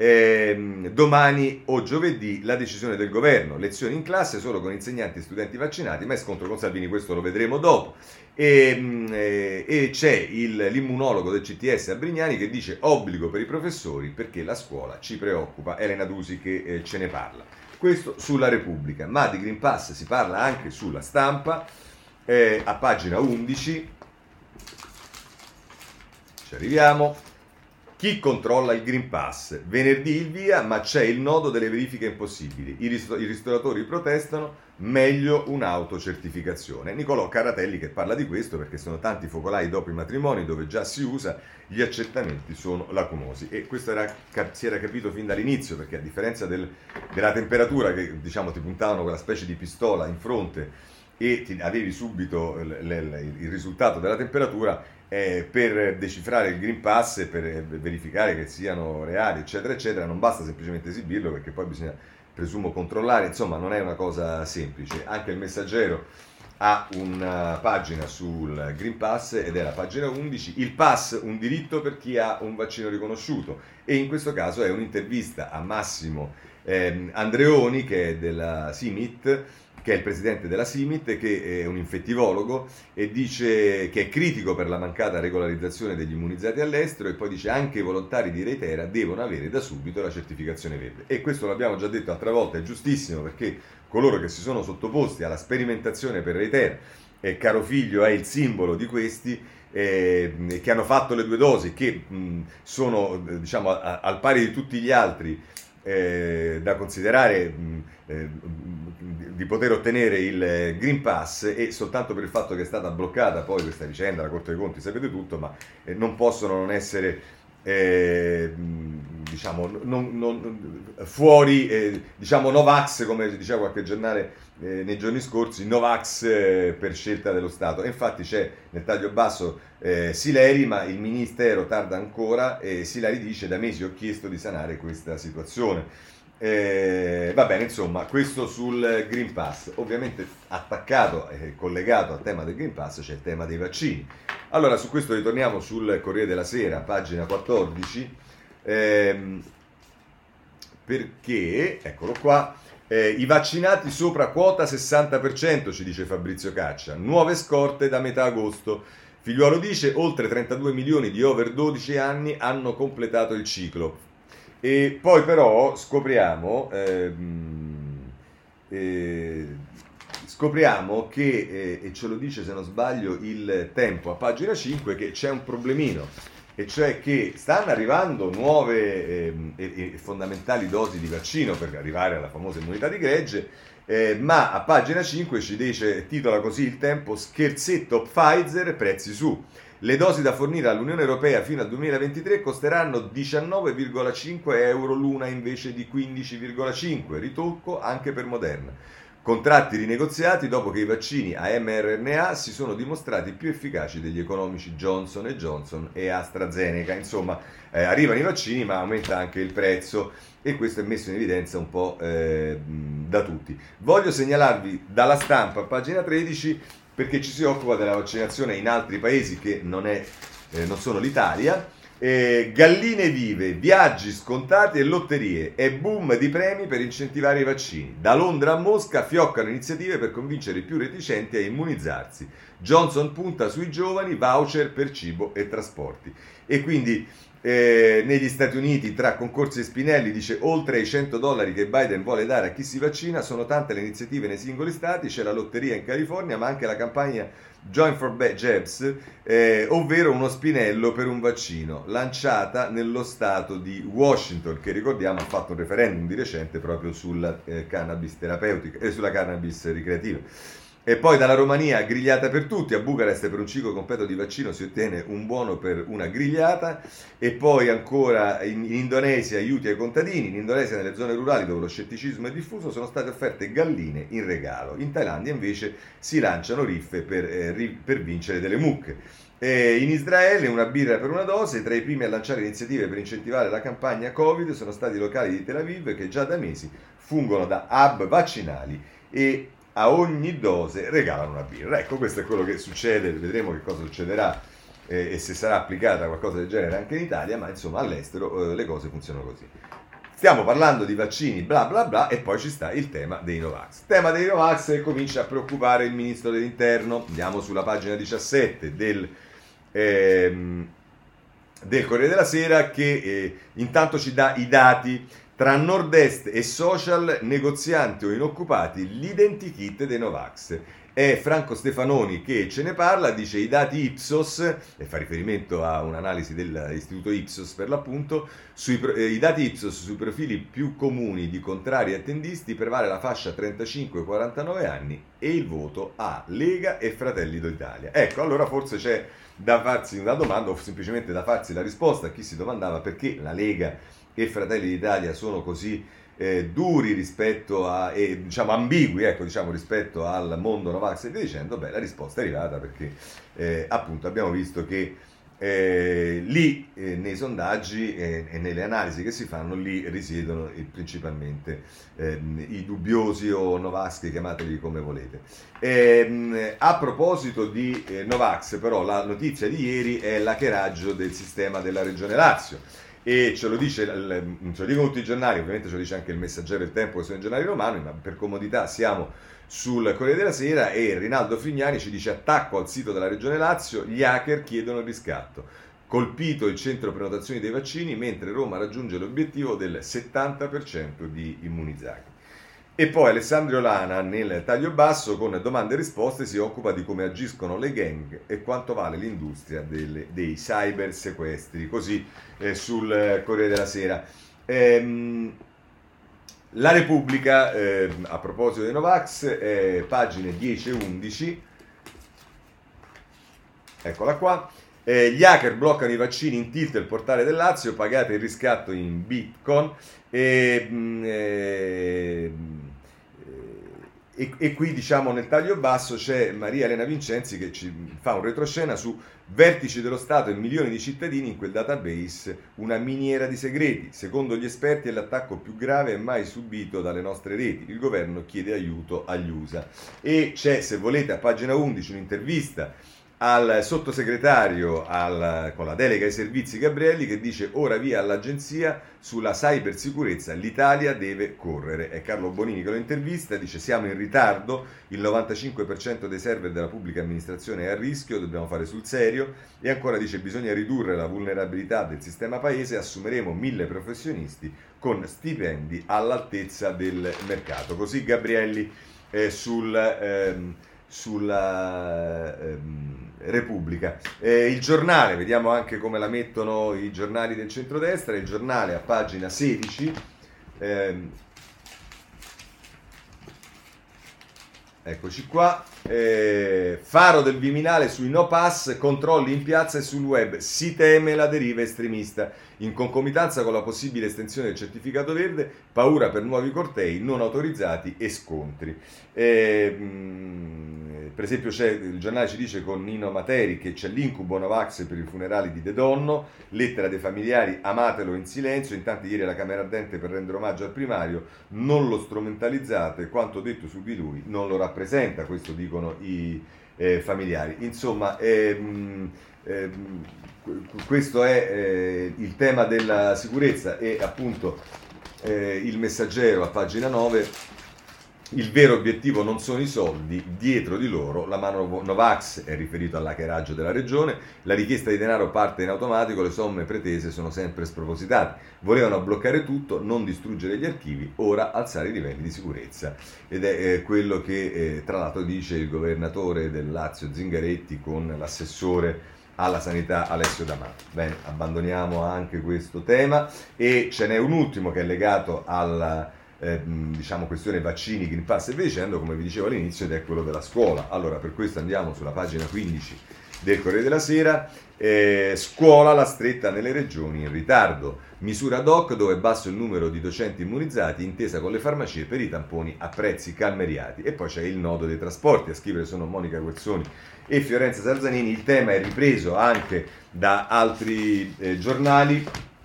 [SPEAKER 1] Eh, domani o giovedì la decisione del governo, lezioni in classe solo con insegnanti e studenti vaccinati, ma è scontro con Salvini, questo lo vedremo dopo. E, eh, e c'è il, l'immunologo del C T S a Brignani che dice obbligo per i professori perché la scuola ci preoccupa, Elena Dusi che eh, ce ne parla. Questo sulla Repubblica, ma di Green Pass si parla anche sulla Stampa, eh, a pagina undici, ci arriviamo. Chi controlla il Green Pass? Venerdì il via, ma c'è il nodo delle verifiche impossibili. I, rist- i ristoratori protestano, meglio un'autocertificazione. Nicolò Caratelli che parla di questo perché sono tanti focolai dopo i matrimoni dove già si usa, gli accertamenti sono lacunosi. E questo era, si era capito fin dall'inizio, perché a differenza del, della temperatura che diciamo ti puntavano quella specie di pistola in fronte e ti avevi subito l- l- il risultato della temperatura, Eh, per decifrare il Green Pass e per verificare che siano reali, eccetera, eccetera, non basta semplicemente esibirlo perché poi bisogna, presumo, controllare, insomma non è una cosa semplice. Anche il Messaggero ha una pagina sul Green Pass ed è la pagina undici, il pass un diritto per chi ha un vaccino riconosciuto, e in questo caso è un'intervista a Massimo ehm, Andreoni, che è della Simit, che è il presidente della Simit, che è un infettivologo e dice che è critico per la mancata regolarizzazione degli immunizzati all'estero, e poi dice anche i volontari di Reitera devono avere da subito la certificazione verde. E questo l'abbiamo già detto altre volte, è giustissimo, perché coloro che si sono sottoposti alla sperimentazione per Reitera, e caro figlio è il simbolo di questi, eh, che hanno fatto le due dosi, che mh, sono eh, diciamo a, al pari di tutti gli altri, eh, da considerare mh, eh, di poter ottenere il Green Pass, e soltanto per il fatto che è stata bloccata poi questa vicenda, la Corte dei Conti sapete tutto, ma eh, non possono non essere eh, diciamo non, non, fuori, eh, diciamo Novax, come diceva qualche giornale eh, nei giorni scorsi, Novax eh, per scelta dello Stato. E infatti c'è nel taglio basso eh, Sileri, ma il ministero tarda ancora, e Sileri dice: da mesi ho chiesto di sanare questa situazione. Eh, va bene, insomma, questo sul Green Pass. Ovviamente attaccato e eh, collegato al tema del Green Pass c'è il tema dei vaccini. Allora, su questo ritorniamo sul Corriere della Sera, pagina quattordici, ehm, perché, eccolo qua, eh, i vaccinati sopra quota sessanta per cento, ci dice Fabrizio Caccia, nuove scorte da metà agosto. Figliuolo dice: oltre trentadue milioni di over dodici anni hanno completato il ciclo. E poi però scopriamo, ehm, eh, scopriamo che, eh, e ce lo dice se non sbaglio il Tempo a pagina cinque, che c'è un problemino, e cioè che stanno arrivando nuove ehm, e, e fondamentali dosi di vaccino per arrivare alla famosa immunità di gregge, eh, ma a pagina cinque ci dice, titola così il Tempo: scherzetto Pfizer, prezzi su. Le dosi da fornire all'Unione Europea fino al duemilaventitré costeranno diciannove virgola cinque euro l'una invece di quindici virgola cinque, ritocco anche per Moderna. Contratti rinegoziati dopo che i vaccini a mRNA si sono dimostrati più efficaci degli economici Johnson and Johnson e AstraZeneca. Insomma, eh, arrivano i vaccini ma aumenta anche il prezzo, e questo è messo in evidenza un po' eh, da tutti. Voglio segnalarvi dalla Stampa, pagina tredici, perché ci si occupa della vaccinazione in altri paesi che non, è, eh, non sono l'Italia. Eh, galline vive, viaggi scontati e lotterie, e boom di premi per incentivare i vaccini. Da Londra a Mosca fioccano iniziative per convincere i più reticenti a immunizzarsi. Johnson punta sui giovani, voucher per cibo e trasporti. E quindi eh, negli Stati Uniti, tra concorsi e spinelli, dice oltre ai cento dollari che Biden vuole dare a chi si vaccina, sono tante le iniziative nei singoli stati, c'è la lotteria in California, ma anche la campagna Join for Jabs, eh, ovvero uno spinello per un vaccino, lanciata nello stato di Washington, che ricordiamo ha fatto un referendum di recente proprio sulla eh, cannabis terapeutica e eh, sulla cannabis ricreativa. E poi dalla Romania, grigliata per tutti, a Bucarest per un ciclo completo di vaccino si ottiene un buono per una grigliata. E poi ancora in, in Indonesia aiuti ai contadini. In Indonesia, nelle zone rurali dove lo scetticismo è diffuso, sono state offerte galline in regalo. In Thailandia invece si lanciano riffe per, eh, ri, per vincere delle mucche. E in Israele una birra per una dose. Tra i primi a lanciare iniziative per incentivare la campagna Covid sono stati i locali di Tel Aviv, che già da mesi fungono da hub vaccinali e a ogni dose regalano una birra. Ecco, questo è quello che succede, vedremo che cosa succederà eh, e se sarà applicata qualcosa del genere anche in Italia, ma insomma all'estero eh, le cose funzionano così. Stiamo parlando di vaccini, bla bla bla, e poi ci sta il tema dei Novax. Tema dei Novax che comincia a preoccupare il ministro dell'Interno. Andiamo sulla pagina diciassette del, ehm, del Corriere della Sera, che eh, intanto ci dà i dati. Tra nord-est e social, negozianti o inoccupati, l'identikit dei Novax. È Franco Stefanoni che ce ne parla, dice i dati Ipsos, e fa riferimento a un'analisi dell'istituto Ipsos per l'appunto, sui, eh, i dati Ipsos sui profili più comuni di contrari e attendisti prevale la fascia trentacinque quarantanove anni e il voto a Lega e Fratelli d'Italia. Ecco, allora forse c'è da farsi una domanda, o semplicemente da farsi la risposta a chi si domandava perché la Lega e Fratelli d'Italia sono così eh, duri rispetto a, e diciamo ambigui, ecco, diciamo rispetto al mondo Novax e via dicendo. Beh, la risposta è arrivata perché eh, appunto abbiamo visto che eh, lì eh, nei sondaggi eh, e nelle analisi che si fanno lì risiedono eh, principalmente eh, i dubbiosi o Novax, chiamateli come volete. E, a proposito di eh, Novax, però, la notizia di ieri è l'hackeraggio del sistema della Regione Lazio. e ce lo dice, non ce lo dicono tutti i giornali, ovviamente ce lo dice anche il Messaggero e il Tempo, che sono i giornali romani, ma per comodità siamo sul Corriere della Sera, e Rinaldo Frignani ci dice: attacco al sito della Regione Lazio, gli hacker chiedono il riscatto. Colpito il centro prenotazioni dei vaccini, mentre Roma raggiunge l'obiettivo del settanta per cento di immunizzati. E poi Alessandro Lana nel taglio basso con domande e risposte si occupa di come agiscono le gang e quanto vale l'industria delle, dei cyber sequestri, così eh, sul Corriere della Sera. Ehm, la Repubblica, eh, a proposito dei Novax, eh, pagine dieci e undici, eccola qua. Eh, gli hacker bloccano i vaccini in tilt il portale del Lazio, pagate il riscatto in Bitcoin. E, eh, e, e qui diciamo nel taglio basso c'è Maria Elena Vincenzi che ci fa un retroscena su vertici dello Stato e milioni di cittadini in quel database, una miniera di segreti. Secondo gli esperti è l'attacco più grave mai subito dalle nostre reti. Il governo chiede aiuto agli U S A. E c'è, se volete, a pagina undici un'intervista al sottosegretario al, con la delega ai servizi Gabrielli, che dice: ora via all'agenzia sulla cybersicurezza, l'Italia deve correre. È Carlo Bonini che lo intervista, dice: siamo in ritardo, il novantacinque per cento dei server della pubblica amministrazione è a rischio, dobbiamo fare sul serio. E ancora dice: bisogna ridurre la vulnerabilità del sistema paese, assumeremo mille professionisti con stipendi all'altezza del mercato. Così Gabrielli eh, sul... Ehm, sulla ehm, Repubblica. Eh, il giornale, vediamo anche come la mettono i giornali del centrodestra. Il giornale a pagina sedici, ehm, eccoci qua, eh, faro del Viminale sui no pass, controlli in piazza e sul web, si teme la deriva estremista. In concomitanza con la possibile estensione del certificato verde, paura per nuovi cortei non autorizzati e scontri. Eh, mh, per esempio c'è, il giornale ci dice con Nino Materi che c'è l'incubo Novax per i funerali di De Donno, lettera dei familiari, amatelo in silenzio. Intanto ieri la Camera Ardente per rendere omaggio al primario, non lo strumentalizzate, quanto detto su di lui non lo rappresenta, questo dicono i eh, familiari. Insomma, ehm, ehm, questo è eh, il tema della sicurezza. E appunto eh, il Messaggero a pagina nove: il vero obiettivo non sono i soldi, dietro di loro la mano Novax, è riferito all'hackeraggio della regione, la richiesta di denaro parte in automatico, le somme pretese sono sempre spropositate, volevano bloccare tutto, non distruggere gli archivi, ora alzare i livelli di sicurezza. Ed è eh, quello che eh, tra l'altro dice il governatore del Lazio Zingaretti con l'assessore alla sanità Alessio D'Amato. Bene, abbandoniamo anche questo tema e ce n'è un ultimo che è legato alla Eh, diciamo questione vaccini, Green Pass e via dicendo, come vi dicevo all'inizio, ed è quello della scuola. Allora, per questo andiamo sulla pagina quindici del Corriere della Sera. Eh, scuola, la stretta nelle regioni in ritardo, misura ad hoc dove è basso il numero di docenti immunizzati, intesa con le farmacie per i tamponi a prezzi calmeriati. E poi c'è il nodo dei trasporti, a scrivere sono Monica Guerzoni e Fiorenza Sarzanini. Il tema è ripreso anche da altri eh, giornali.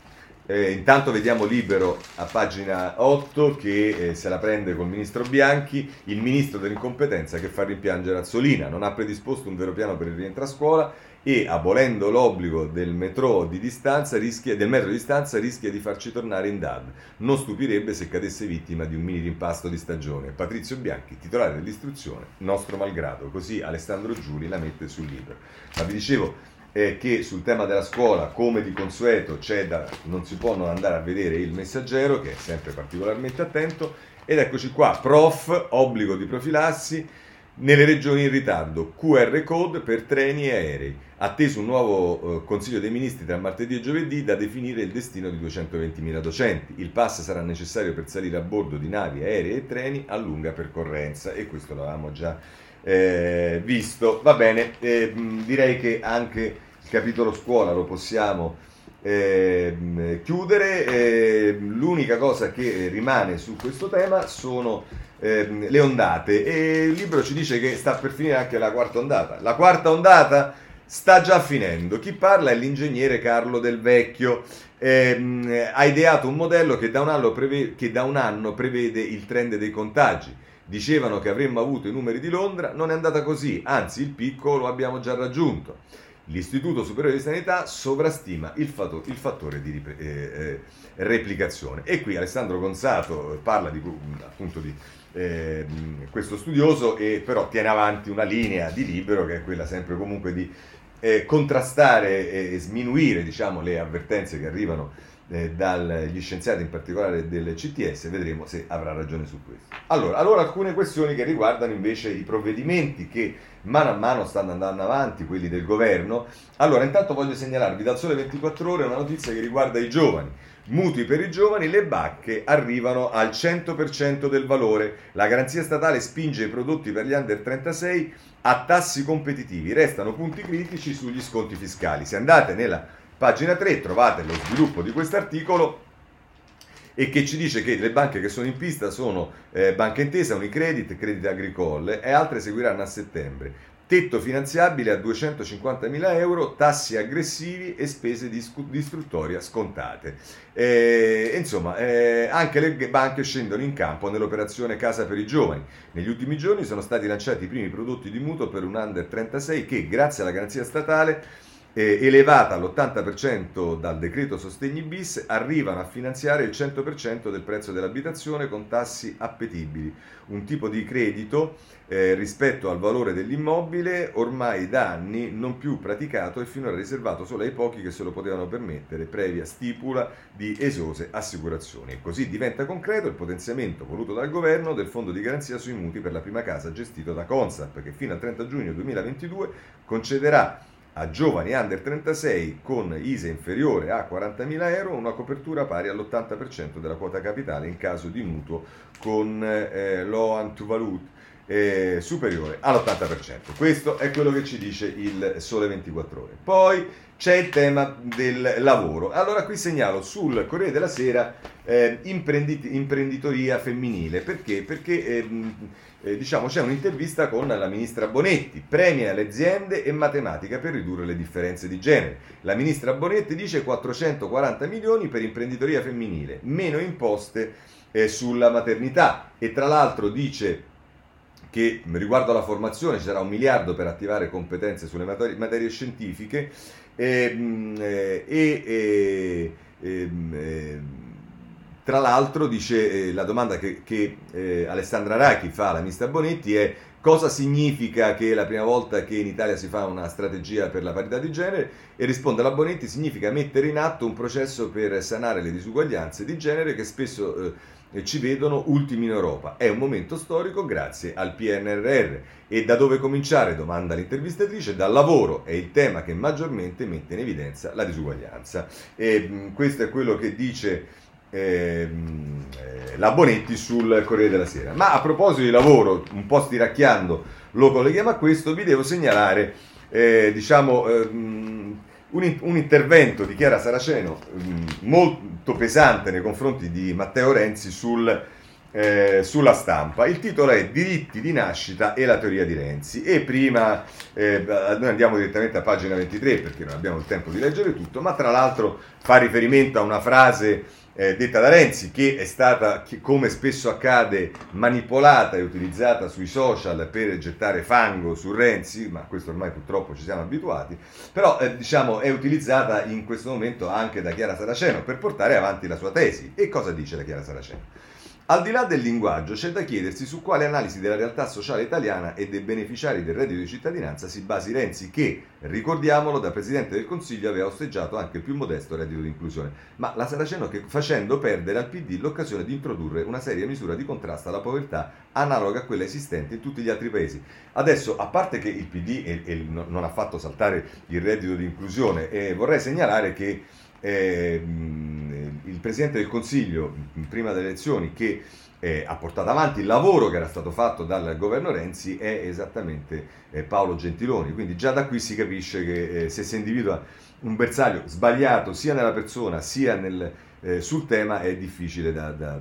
[SPEAKER 1] Eh, intanto vediamo Libero a pagina otto che eh, se la prende col ministro Bianchi, il ministro dell'incompetenza che fa rimpiangere Azzolina, non ha predisposto un vero piano per il rientro a scuola e abolendo l'obbligo del metro di distanza rischia, del metro di distanza rischia di farci tornare in D A D. Non stupirebbe se cadesse vittima di un mini rimpasto di stagione. Patrizio Bianchi, titolare dell'istruzione, nostro malgrado, così Alessandro Giuli la mette sul Libero. Ma vi dicevo Eh, che sul tema della scuola, come di consueto, c'è da, non si può non andare a vedere il Messaggero, che è sempre particolarmente attento. Ed eccoci qua: prof, obbligo di profilassi nelle regioni in ritardo, Q R code per treni e aerei, atteso un nuovo eh, Consiglio dei Ministri tra martedì e giovedì da definire il destino di duecentoventimila docenti. Il pass sarà necessario per salire a bordo di navi, aerei e treni a lunga percorrenza, e questo l'avevamo già eh, visto. Va bene, eh, direi che anche il capitolo scuola lo possiamo eh, chiudere. Eh, l'unica cosa che rimane su questo tema sono eh, le ondate, e il libro ci dice che sta per finire anche la quarta ondata. La quarta ondata sta già finendo. Chi parla è l'ingegnere Carlo Del Vecchio. Eh, ha ideato un modello che da un anno prevede, che da un anno prevede il trend dei contagi. Dicevano che avremmo avuto i numeri di Londra, non è andata così, anzi il picco lo abbiamo già raggiunto. l'Istituto Superiore di Sanità sovrastima il, fato, il fattore di rip- eh, eh, replicazione. E qui Alessandro Gonzato parla di, appunto di eh, questo studioso, e però tiene avanti una linea di Libero che è quella sempre comunque di eh, contrastare e sminuire, diciamo, le avvertenze che arrivano eh, dagli scienziati, in particolare del C T S. Vedremo se avrà ragione su questo. Allora, allora alcune questioni che riguardano invece i provvedimenti che mano a mano stanno andando avanti, quelli del governo. Allora, intanto voglio segnalarvi dal Sole ventiquattro Ore una notizia che riguarda i giovani. Mutui per i giovani, le banche arrivano al cento per cento del valore. La garanzia statale spinge i prodotti per gli under trentasei a tassi competitivi. Restano punti critici sugli sconti fiscali. Se andate nella pagina tre trovate lo sviluppo di quest'articolo, e che ci dice che le banche che sono in pista sono eh, Banca Intesa, Unicredit, Credit Agricole, e altre seguiranno a settembre. Tetto finanziabile a duecentocinquantamila euro, tassi aggressivi e spese di, scu- di istruttoria scontate. Eh, insomma, eh, anche le banche scendono in campo nell'operazione Casa per i Giovani. Negli ultimi giorni sono stati lanciati i primi prodotti di mutuo per un under trentasei che, grazie alla garanzia statale Eh, elevata all'ottanta per cento dal decreto Sostegni bis, arrivano a finanziare il cento per cento del prezzo dell'abitazione con tassi appetibili, un tipo di credito eh, rispetto al valore dell'immobile ormai da anni non più praticato e finora riservato solo ai pochi che se lo potevano permettere, previa stipula di esose assicurazioni. E così diventa concreto il potenziamento voluto dal governo del fondo di garanzia sui mutui per la prima casa gestito da Consap, che fino al trenta giugno duemilaventidue concederà a giovani under trentasei con I S E inferiore a quarantamila euro una copertura pari all'ottanta per cento della quota capitale in caso di mutuo con eh, loan to value eh, superiore all'ottanta per cento. Questo è quello che ci dice il Sole ventiquattro Ore. Poi c'è il tema del lavoro. Allora qui segnalo sul Corriere della Sera eh, imprendit- imprenditoria femminile. Perché? Perché eh, eh, diciamo c'è un'intervista con la ministra Bonetti, premia le aziende e matematica per ridurre le differenze di genere. La ministra Bonetti dice quattrocentoquaranta milioni per imprenditoria femminile, meno imposte eh, sulla maternità, e tra l'altro dice che riguardo alla formazione ci sarà un miliardo per attivare competenze sulle materie, materie scientifiche e, e, e, e, e tra l'altro dice eh, la domanda che, che eh, Alessandra Rachi fa alla ministra Bonetti è: cosa significa che è la prima volta che in Italia si fa una strategia per la parità di genere? E risponde la Bonetti: significa mettere in atto un processo per sanare le disuguaglianze di genere che spesso eh, ci vedono ultimi in Europa. È un momento storico grazie al P N R R. E da dove cominciare? Domanda l'intervistatrice. Dal lavoro, è il tema che maggiormente mette in evidenza la disuguaglianza. E mh, questo è quello che dice Eh, eh, la Bonetti sul Corriere della Sera. Ma a proposito di lavoro, un po' stiracchiando, lo colleghiamo a questo, vi devo segnalare eh, diciamo eh, un, un intervento di Chiara Saraceno mh, molto pesante nei confronti di Matteo Renzi sul, eh, sulla Stampa. Il titolo è Diritti di nascita e la teoria di Renzi, e prima eh, noi andiamo direttamente a pagina ventitré perché non abbiamo il tempo di leggere tutto, ma tra l'altro fa riferimento a una frase Eh, detta da Renzi, che è stata, che, come spesso accade, manipolata e utilizzata sui social per gettare fango su Renzi, ma questo ormai purtroppo ci siamo abituati, però eh, diciamo è utilizzata in questo momento anche da Chiara Saraceno per portare avanti la sua tesi. E cosa dice la Chiara Saraceno? Al di là del linguaggio, c'è da chiedersi su quale analisi della realtà sociale italiana e dei beneficiari del reddito di cittadinanza si basi Renzi, che, ricordiamolo, da Presidente del Consiglio aveva osteggiato anche il più modesto reddito di inclusione. Ma la Saraceno che facendo perdere al P D l'occasione di introdurre una seria misura di contrasto alla povertà analoga a quella esistente in tutti gli altri paesi. Adesso, a parte che il P D e, e non ha fatto saltare il reddito di inclusione, eh, vorrei segnalare che Eh, il Presidente del Consiglio, prima delle elezioni, che eh, ha portato avanti il lavoro che era stato fatto dal governo Renzi, è esattamente eh, Paolo Gentiloni. Quindi già da qui si capisce che eh, se si individua un bersaglio sbagliato sia nella persona sia nel, eh, sul tema, è difficile da, da,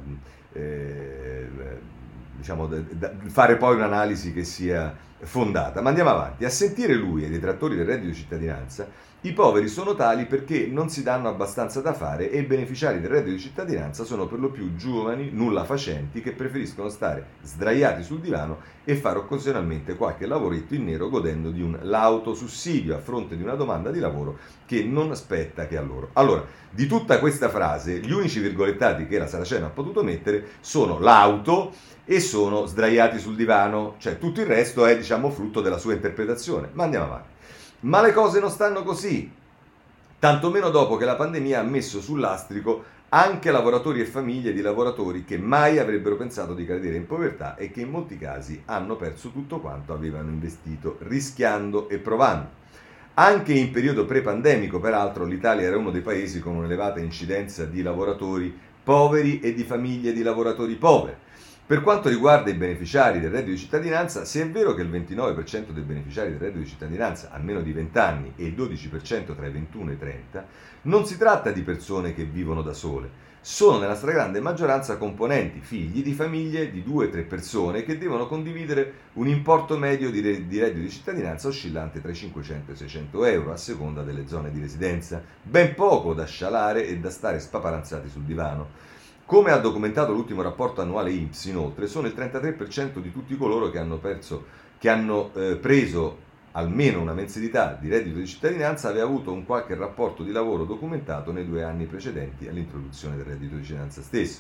[SPEAKER 1] eh, diciamo, da, da fare poi un'analisi che sia fondata. Ma andiamo avanti. A sentire lui e i detrattori del reddito di cittadinanza, I poveri sono tali perché non si danno abbastanza da fare e i beneficiari del reddito di cittadinanza sono per lo più giovani, nulla facenti, che preferiscono stare sdraiati sul divano e fare occasionalmente qualche lavoretto in nero godendo di un lauto sussidio a fronte di una domanda di lavoro che non aspetta che a loro. Allora, di tutta questa frase, gli unici virgolettati che la Saraceno ha potuto mettere sono l'auto e sono sdraiati sul divano, cioè tutto il resto è, diciamo, frutto della sua interpretazione. Ma andiamo avanti. Ma le cose non stanno così, tantomeno dopo che la pandemia ha messo sul lastrico anche lavoratori e famiglie di lavoratori che mai avrebbero pensato di cadere in povertà e che in molti casi hanno perso tutto quanto avevano investito, rischiando e provando. Anche in periodo pre-pandemico, peraltro, l'Italia era uno dei paesi con un'elevata incidenza di lavoratori poveri e di famiglie di lavoratori poveri. Per quanto riguarda i beneficiari del reddito di cittadinanza, se è vero che il ventinove per cento dei beneficiari del reddito di cittadinanza ha meno di venti anni e il dodici per cento tra i ventuno e i trenta, non si tratta di persone che vivono da sole. Sono nella stragrande maggioranza componenti, figli di famiglie di due o tre persone che devono condividere un importo medio di, re- di reddito di cittadinanza oscillante tra i cinquecento e i seicento euro a seconda delle zone di residenza. Ben poco da scialare e da stare spaparanzati sul divano. Come ha documentato l'ultimo rapporto annuale I N P S, inoltre, sono il trentatré per cento di tutti coloro che hanno, perso, che hanno eh, preso almeno una mensilità di reddito di cittadinanza aveva avuto un qualche rapporto di lavoro documentato nei due anni precedenti all'introduzione del reddito di cittadinanza stesso.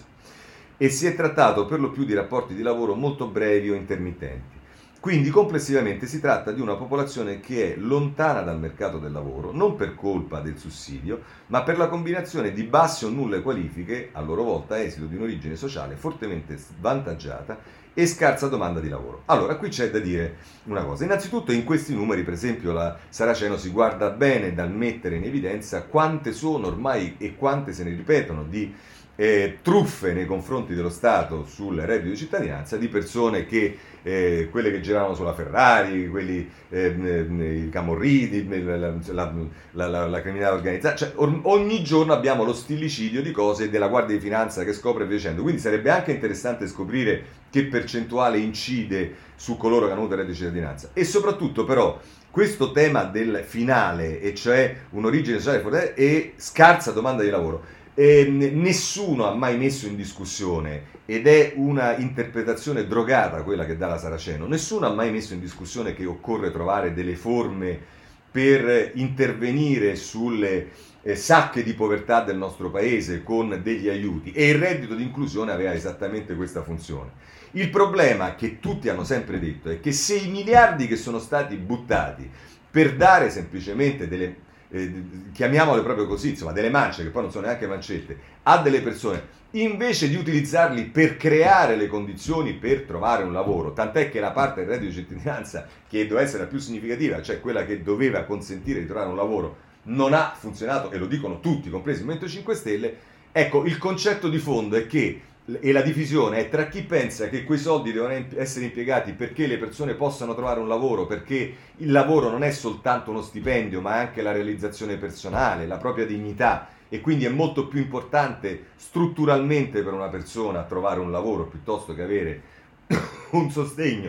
[SPEAKER 1] E si è trattato per lo più di rapporti di lavoro molto brevi o intermittenti. Quindi complessivamente si tratta di una popolazione che è lontana dal mercato del lavoro, non per colpa del sussidio, ma per la combinazione di basse o nulle qualifiche, a loro volta esito di un'origine sociale fortemente svantaggiata e scarsa domanda di lavoro. Allora, qui c'è da dire una cosa. Innanzitutto in questi numeri, per esempio, la Saraceno si guarda bene dal mettere in evidenza quante sono ormai e quante se ne ripetono di Eh, truffe nei confronti dello Stato sul reddito di cittadinanza di persone che, eh, quelle che giravano sulla Ferrari, quelli, eh, i camorriti, la, la, la, la, la criminalità organizzata, cioè or, ogni giorno abbiamo lo stillicidio di cose della Guardia di Finanza che scopre e via dicendo, quindi sarebbe anche interessante scoprire che percentuale incide su coloro che hanno avuto il reddito di cittadinanza e soprattutto però questo tema del finale, e cioè un'origine sociale e scarsa domanda di lavoro. Eh, nessuno ha mai messo in discussione, ed è una interpretazione drogata quella che dà la Saraceno, nessuno ha mai messo in discussione che occorre trovare delle forme per intervenire sulle eh, sacche di povertà del nostro paese con degli aiuti, e il reddito di inclusione aveva esattamente questa funzione. Il problema che tutti hanno sempre detto è che se i miliardi che sono stati buttati per dare semplicemente delle Eh, chiamiamole proprio così, insomma, delle mance, che poi non sono neanche mancette, a delle persone, invece di utilizzarli per creare le condizioni per trovare un lavoro, tant'è che la parte del reddito di cittadinanza che doveva essere la più significativa, cioè quella che doveva consentire di trovare un lavoro, non ha funzionato, e lo dicono tutti, compresi il Movimento cinque Stelle. Ecco, il concetto di fondo è che, e la divisione è tra chi pensa che quei soldi devono essere impiegati perché le persone possano trovare un lavoro, perché il lavoro non è soltanto uno stipendio ma è anche la realizzazione personale, la propria dignità, e quindi è molto più importante strutturalmente per una persona trovare un lavoro piuttosto che avere un sostegno,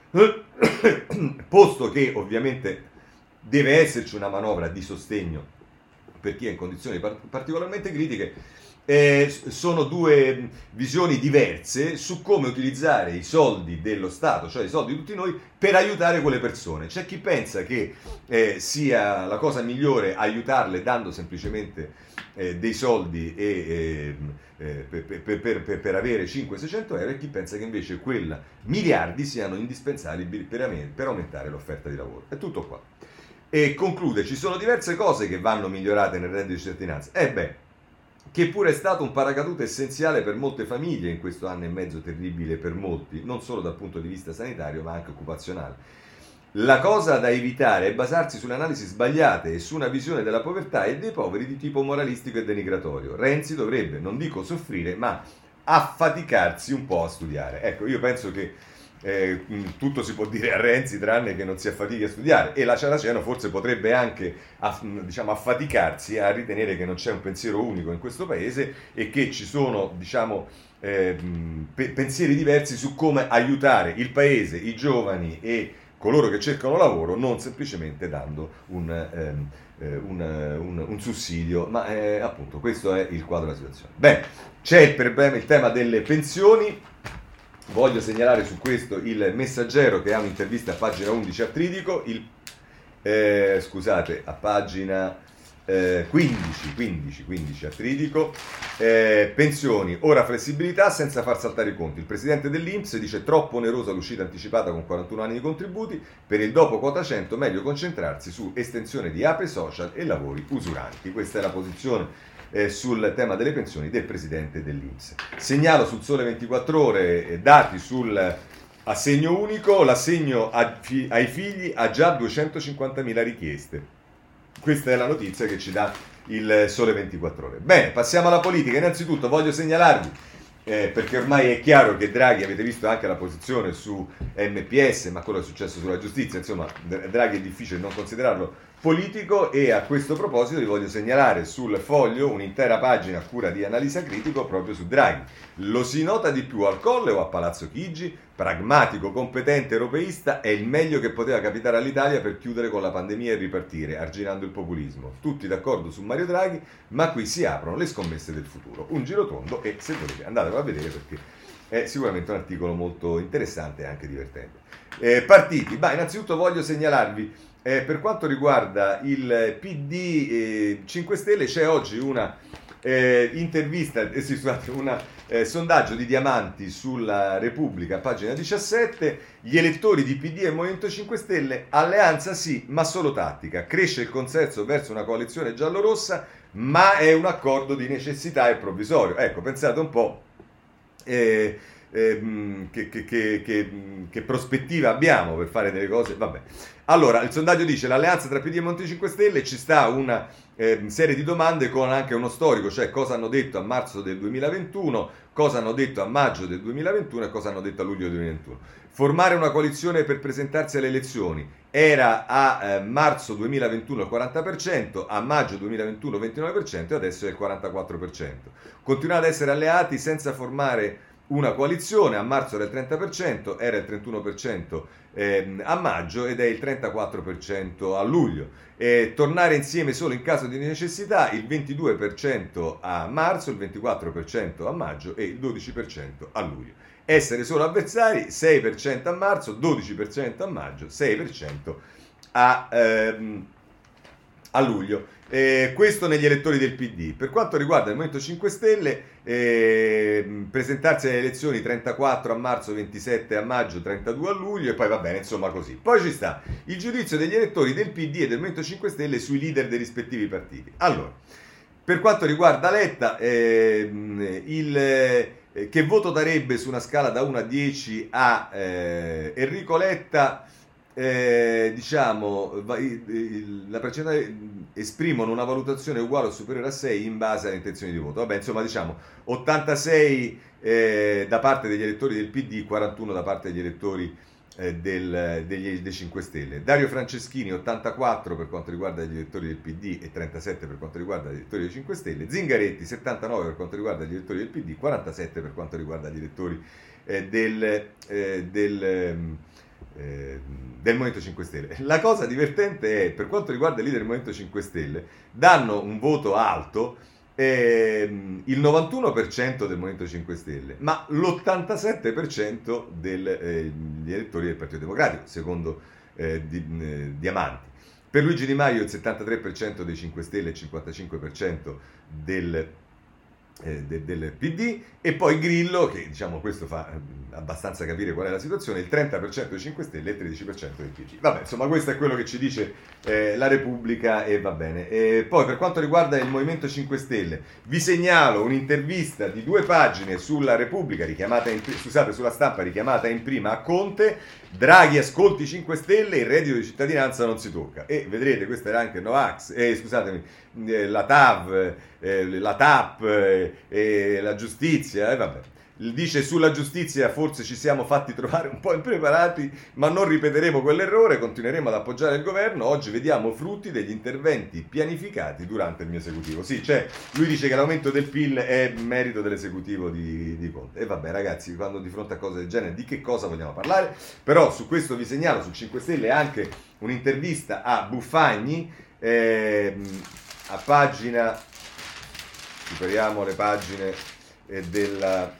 [SPEAKER 1] posto che ovviamente deve esserci una manovra di sostegno per chi è in condizioni particolarmente critiche. Eh, sono due visioni diverse su come utilizzare i soldi dello Stato, cioè i soldi di tutti noi, per aiutare quelle persone. C'è chi pensa che eh, sia la cosa migliore aiutarle dando semplicemente eh, dei soldi e, eh, per, per, per, per avere cinquecento seicento euro, e chi pensa che invece quella miliardi siano indispensabili per, per aumentare l'offerta di lavoro. È tutto qua. E conclude, ci sono diverse cose che vanno migliorate nel reddito di cittadinanza. Eh beh, che pure è stato un paracadute essenziale per molte famiglie in questo anno e mezzo terribile per molti, non solo dal punto di vista sanitario ma anche occupazionale. La cosa da evitare è basarsi sulle analisi sbagliate e su una visione della povertà e dei poveri di tipo moralistico e denigratorio. Renzi dovrebbe, non dico soffrire, ma affaticarsi un po' a studiare. Ecco, io penso che Eh, tutto si può dire a Renzi tranne che non si affatichi a studiare, e la Saraceno forse potrebbe anche aff, diciamo, affaticarsi a ritenere che non c'è un pensiero unico in questo paese e che ci sono diciamo, eh, pe- pensieri diversi su come aiutare il paese, i giovani e coloro che cercano lavoro, non semplicemente dando un, ehm, eh, un, un, un sussidio, ma eh, appunto questo è il quadro della situazione. Bene, c'è il problema, il tema delle pensioni. Voglio segnalare su questo il Messaggero, che ha un'intervista a pagina undici a Tridico, il, eh, scusate, a pagina eh, quindici, quindici, quindici a Tridico, eh, pensioni, ora flessibilità senza far saltare i conti. Il presidente dell'I N P S dice troppo onerosa l'uscita anticipata con quarantuno anni di contributi, per il dopo quota cento meglio concentrarsi su estensione di ape social e lavori usuranti. Questa è la posizione Eh, sul tema delle pensioni del presidente dell'I N P S. Segnalo sul Sole ventiquattro Ore eh, dati sul assegno unico, l'assegno a fi- ai figli ha già duecentocinquantamila richieste. Questa è la notizia che ci dà il Sole ventiquattro Ore. Bene, passiamo alla politica. Innanzitutto voglio segnalarvi, eh, perché ormai è chiaro che Draghi, avete visto anche la posizione su M P S, ma quello che è successo sulla giustizia, insomma, Draghi è difficile non considerarlo politico, e a questo proposito vi voglio segnalare sul Foglio un'intera pagina a cura di Analisa Critico proprio su Draghi. Lo si nota di più al Colle o a Palazzo Chigi? Pragmatico, competente, europeista, è il meglio che poteva capitare all'Italia per chiudere con la pandemia e ripartire, arginando il populismo. Tutti d'accordo su Mario Draghi, ma qui si aprono le scommesse del futuro. Un girotondo, e se volete andatelo a vedere perché è sicuramente un articolo molto interessante e anche divertente. Eh, partiti, ma innanzitutto voglio segnalarvi, Eh, per quanto riguarda il P D eh, cinque Stelle, c'è oggi una eh, intervista, eh, sì, scusate, un eh, sondaggio di Diamanti sulla Repubblica, pagina diciassette. Gli elettori di P D e Movimento cinque Stelle, alleanza sì, ma solo tattica. Cresce il consenso verso una coalizione giallorossa, ma è un accordo di necessità e provvisorio. Ecco, pensate un po'. Eh, Che, che, che, che, che prospettiva abbiamo per fare delle cose, vabbè. Allora, il sondaggio dice l'alleanza tra P D e Movimento cinque Stelle, ci sta una eh, serie di domande con anche uno storico, cioè cosa hanno detto a marzo del duemilaventuno, cosa hanno detto a maggio del duemilaventuno e cosa hanno detto a luglio del duemilaventuno. Formare una coalizione per presentarsi alle elezioni era a eh, marzo duemilaventuno il quaranta per cento, a maggio duemilaventuno il ventinove per cento e adesso è il quarantaquattro per cento. Continuare ad essere alleati senza formare una coalizione, a marzo era il trenta per cento, era il trentuno per cento eh, a maggio ed è il trentaquattro per cento a luglio. Eh, tornare insieme solo in caso di necessità, il ventidue per cento a marzo, il ventiquattro per cento a maggio e il dodici per cento a luglio. Essere solo avversari, sei per cento a marzo, dodici per cento a maggio, sei per cento a, ehm, a luglio. Eh, questo negli elettori del P D. Per quanto riguarda il Movimento cinque Stelle, eh, presentarsi alle elezioni trentaquattro a marzo, ventisette a maggio, trentadue a luglio e poi va bene, insomma così. Poi ci sta il giudizio degli elettori del P D e del Movimento cinque Stelle sui leader dei rispettivi partiti. Allora, per quanto riguarda Letta, eh, il, eh, che voto darebbe su una scala da uno a dieci a eh, Enrico Letta? Eh, diciamo la percentuale esprimono una valutazione uguale o superiore a sei in base alle intenzioni di voto. Vabbè, insomma, diciamo ottantasei eh, da parte degli elettori del P D, quarantuno da parte degli elettori eh, del, degli, dei cinque Stelle. Dario Franceschini ottantaquattro per quanto riguarda gli elettori del P D e trentasette per quanto riguarda gli elettori dei cinque Stelle. Zingaretti settantanove per quanto riguarda gli elettori del P D, quarantasette per quanto riguarda gli elettori eh, del, eh, del Eh, del Movimento cinque Stelle. La cosa divertente è, per quanto riguarda il leader del Movimento cinque Stelle, danno un voto alto ehm, il novantuno per cento del Movimento cinque Stelle, ma l'ottantasette per cento degli eh, elettori del Partito Democratico, secondo eh, di, eh, Diamanti. Per Luigi Di Maio il settantatré per cento dei cinque Stelle e il cinquantacinque per cento del Eh, de, del P D, e poi Grillo, che diciamo questo fa eh, abbastanza capire qual è la situazione, il trenta per cento dei cinque Stelle e il tredici per cento del P D. Vabbè, insomma, questo è quello che ci dice eh, la Repubblica e va bene. E poi per quanto riguarda il Movimento cinque Stelle, vi segnalo un'intervista di due pagine sulla Repubblica, richiamata in, scusate, sulla Stampa, richiamata in prima a Conte. Draghi ascolti cinque Stelle, il reddito di cittadinanza non si tocca. E vedrete, questa era anche Novax, eh, scusatemi, eh, la T A V, eh, la T A P, eh, eh, la giustizia, e eh, vabbè. dice sulla giustizia forse ci siamo fatti trovare un po' impreparati, ma non ripeteremo quell'errore, continueremo ad appoggiare il governo, oggi vediamo frutti degli interventi pianificati durante il mio esecutivo. Sì, cioè, lui dice che l'aumento del P I L è merito dell'esecutivo di, di Conte. E vabbè ragazzi, quando di fronte a cose del genere di che cosa vogliamo parlare? Però su questo vi segnalo, su cinque Stelle, anche un'intervista a Buffagni, ehm, a pagina, superiamo le pagine eh, della...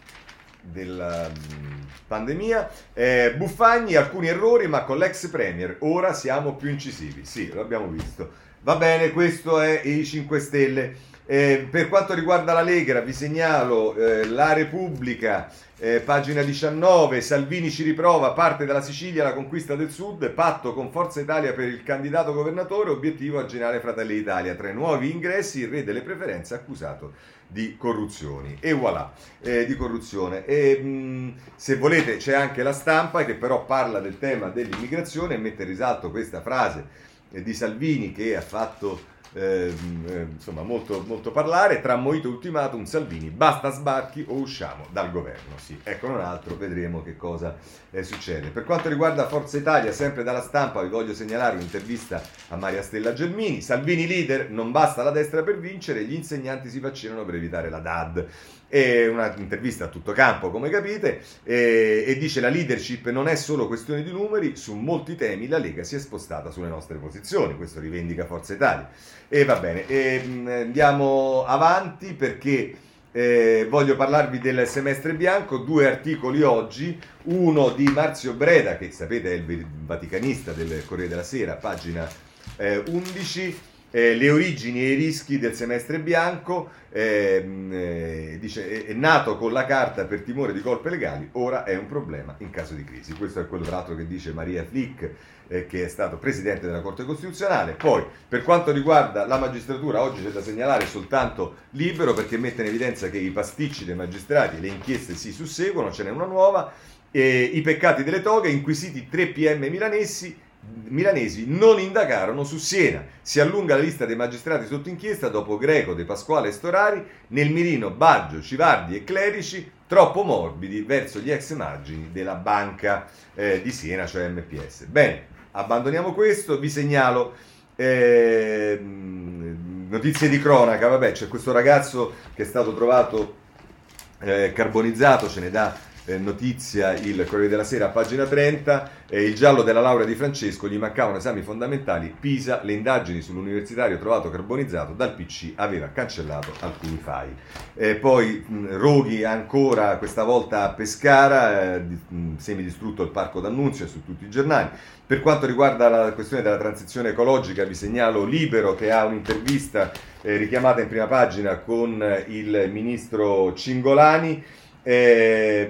[SPEAKER 1] della mh, pandemia. eh, Buffagni, alcuni errori ma con l'ex premier ora siamo più incisivi. Sì, l'abbiamo visto. Va bene, questo è i cinque Stelle. Eh, per quanto riguarda la Lega vi segnalo eh, la Repubblica, eh, pagina diciannove, Salvini ci riprova, parte dalla Sicilia la conquista del Sud, patto con Forza Italia per il candidato governatore, obiettivo arginare Fratelli d'Italia, tra i nuovi ingressi il re delle preferenze accusato di corruzioni. E voilà, eh, di corruzione. E mh, se volete c'è anche La Stampa che però parla del tema dell'immigrazione e mette in risalto questa frase eh, di Salvini che ha fatto Eh, eh, insomma molto, molto parlare, tra Moito ultimatum Salvini, basta sbarchi o usciamo dal governo. Sì, ecco un altro, vedremo che cosa eh, succede. Per quanto riguarda Forza Italia, sempre dalla Stampa vi voglio segnalare un'intervista a Maria Stella Gelmini. Salvini leader, non basta la destra per vincere, gli insegnanti si vaccinano per evitare la D A D. È un'intervista a tutto campo, come capite, e, e dice la leadership non è solo questione di numeri, su molti temi la Lega si è spostata sulle nostre posizioni, questo rivendica Forza Italia. E va bene, e, mh, andiamo avanti perché eh, voglio parlarvi del semestre bianco, due articoli oggi, uno di Marzio Breda, che sapete è il vaticanista del Corriere della Sera, pagina eh, undici, Eh, le origini e i rischi del semestre bianco, eh, eh, dice è, è nato con la carta per timore di colpe legali, ora è un problema in caso di crisi. Questo è quello tra l'altro che dice Maria Flick, eh, che è stato presidente della Corte Costituzionale. Poi per quanto riguarda la magistratura, oggi c'è da segnalare soltanto Libero perché mette in evidenza che i pasticci dei magistrati e le inchieste si susseguono, ce n'è una nuova, eh, i peccati delle toghe, inquisiti tre P M milanesi milanesi non indagarono su Siena, si allunga la lista dei magistrati sotto inchiesta dopo Greco, De Pasquale e Storari, nel mirino Baggio, Civardi e Clerici, troppo morbidi verso gli ex margini della banca eh, di Siena, cioè M P S. Bene, abbandoniamo questo, vi segnalo eh, notizie di cronaca. Vabbè, c'è questo ragazzo che è stato trovato eh, carbonizzato, ce ne dà Eh, notizia il Corriere della Sera a pagina trenta, eh, il giallo della laurea di Francesco, gli mancavano esami fondamentali, Pisa, le indagini sull'universitario trovato carbonizzato, dal P C aveva cancellato alcuni file. Eh, poi mh, roghi ancora, questa volta a Pescara, eh, mh, semidistrutto il parco d'Annunzio, su tutti i giornali. Per quanto riguarda la questione della transizione ecologica vi segnalo Libero che ha un'intervista eh, richiamata in prima pagina con il ministro Cingolani, Eh,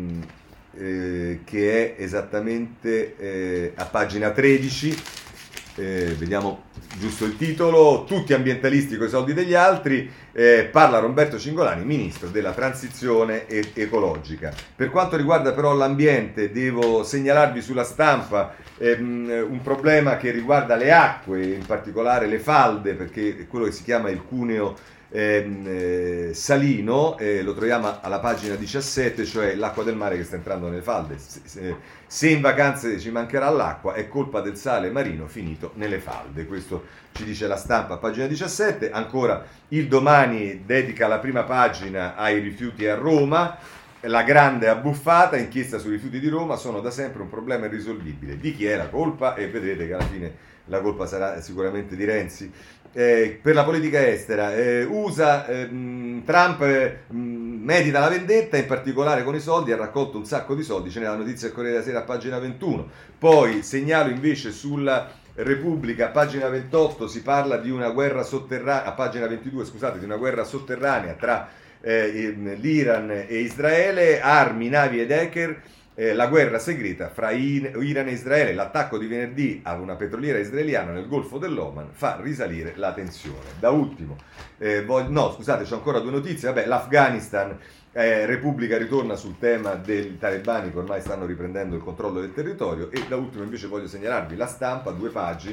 [SPEAKER 1] eh, che è esattamente eh, a pagina tredici, eh, vediamo giusto il titolo, tutti ambientalisti con i soldi degli altri, eh, parla Roberto Cingolani, ministro della transizione e- ecologica. Per quanto riguarda però l'ambiente devo segnalarvi sulla Stampa ehm, un problema che riguarda le acque, in particolare le falde, perché è quello che si chiama il cuneo Eh, salino, eh, lo troviamo alla pagina diciassette, cioè l'acqua del mare che sta entrando nelle falde. Se, se in vacanze ci mancherà l'acqua è colpa del sale marino finito nelle falde, questo ci dice la Stampa a pagina diciassette. Ancora il Domani dedica la prima pagina ai rifiuti a Roma, la grande abbuffata, inchiesta sui rifiuti di Roma sono da sempre un problema irrisolvibile, di chi è la colpa? E vedrete che alla fine la colpa sarà sicuramente di Renzi. Eh, per la politica estera, eh, U S A, eh, Trump eh, medita la vendetta, in particolare con i soldi, ha raccolto un sacco di soldi, ce n'è la notizia del Corriere della Sera a pagina ventuno. Poi segnalo invece sulla Repubblica, a pagina ventotto, si parla di una guerra sotterranea, a pagina ventidue scusate, di una guerra sotterranea tra eh, l'Iran e Israele, armi, navi ed hacker. Eh, la guerra segreta fra Iran e Israele, l'attacco di venerdì a una petroliera israeliana nel Golfo dell'Oman fa risalire la tensione. Da ultimo, eh, voglio, no scusate, c'ho ancora due notizie. Vabbè, l'Afghanistan, eh, Repubblica ritorna sul tema dei talebani che ormai stanno riprendendo il controllo del territorio. E da ultimo invece voglio segnalarvi la Stampa, due pagine,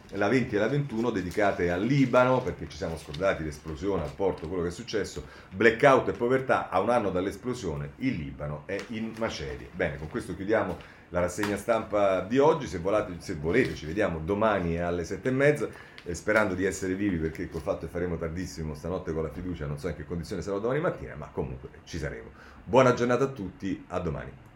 [SPEAKER 1] la venti e la ventuno dedicate al Libano, perché ci siamo scordati l'esplosione al porto, quello che è successo, blackout e povertà, a un anno dall'esplosione il Libano è in macerie. Bene, con questo chiudiamo la rassegna stampa di oggi, se, volate, se volete ci vediamo domani alle sette e mezza, eh, sperando di essere vivi, perché col fatto che faremo tardissimo stanotte con la fiducia non so in che condizione sarò domani mattina, ma comunque ci saremo. Buona giornata a tutti, a domani.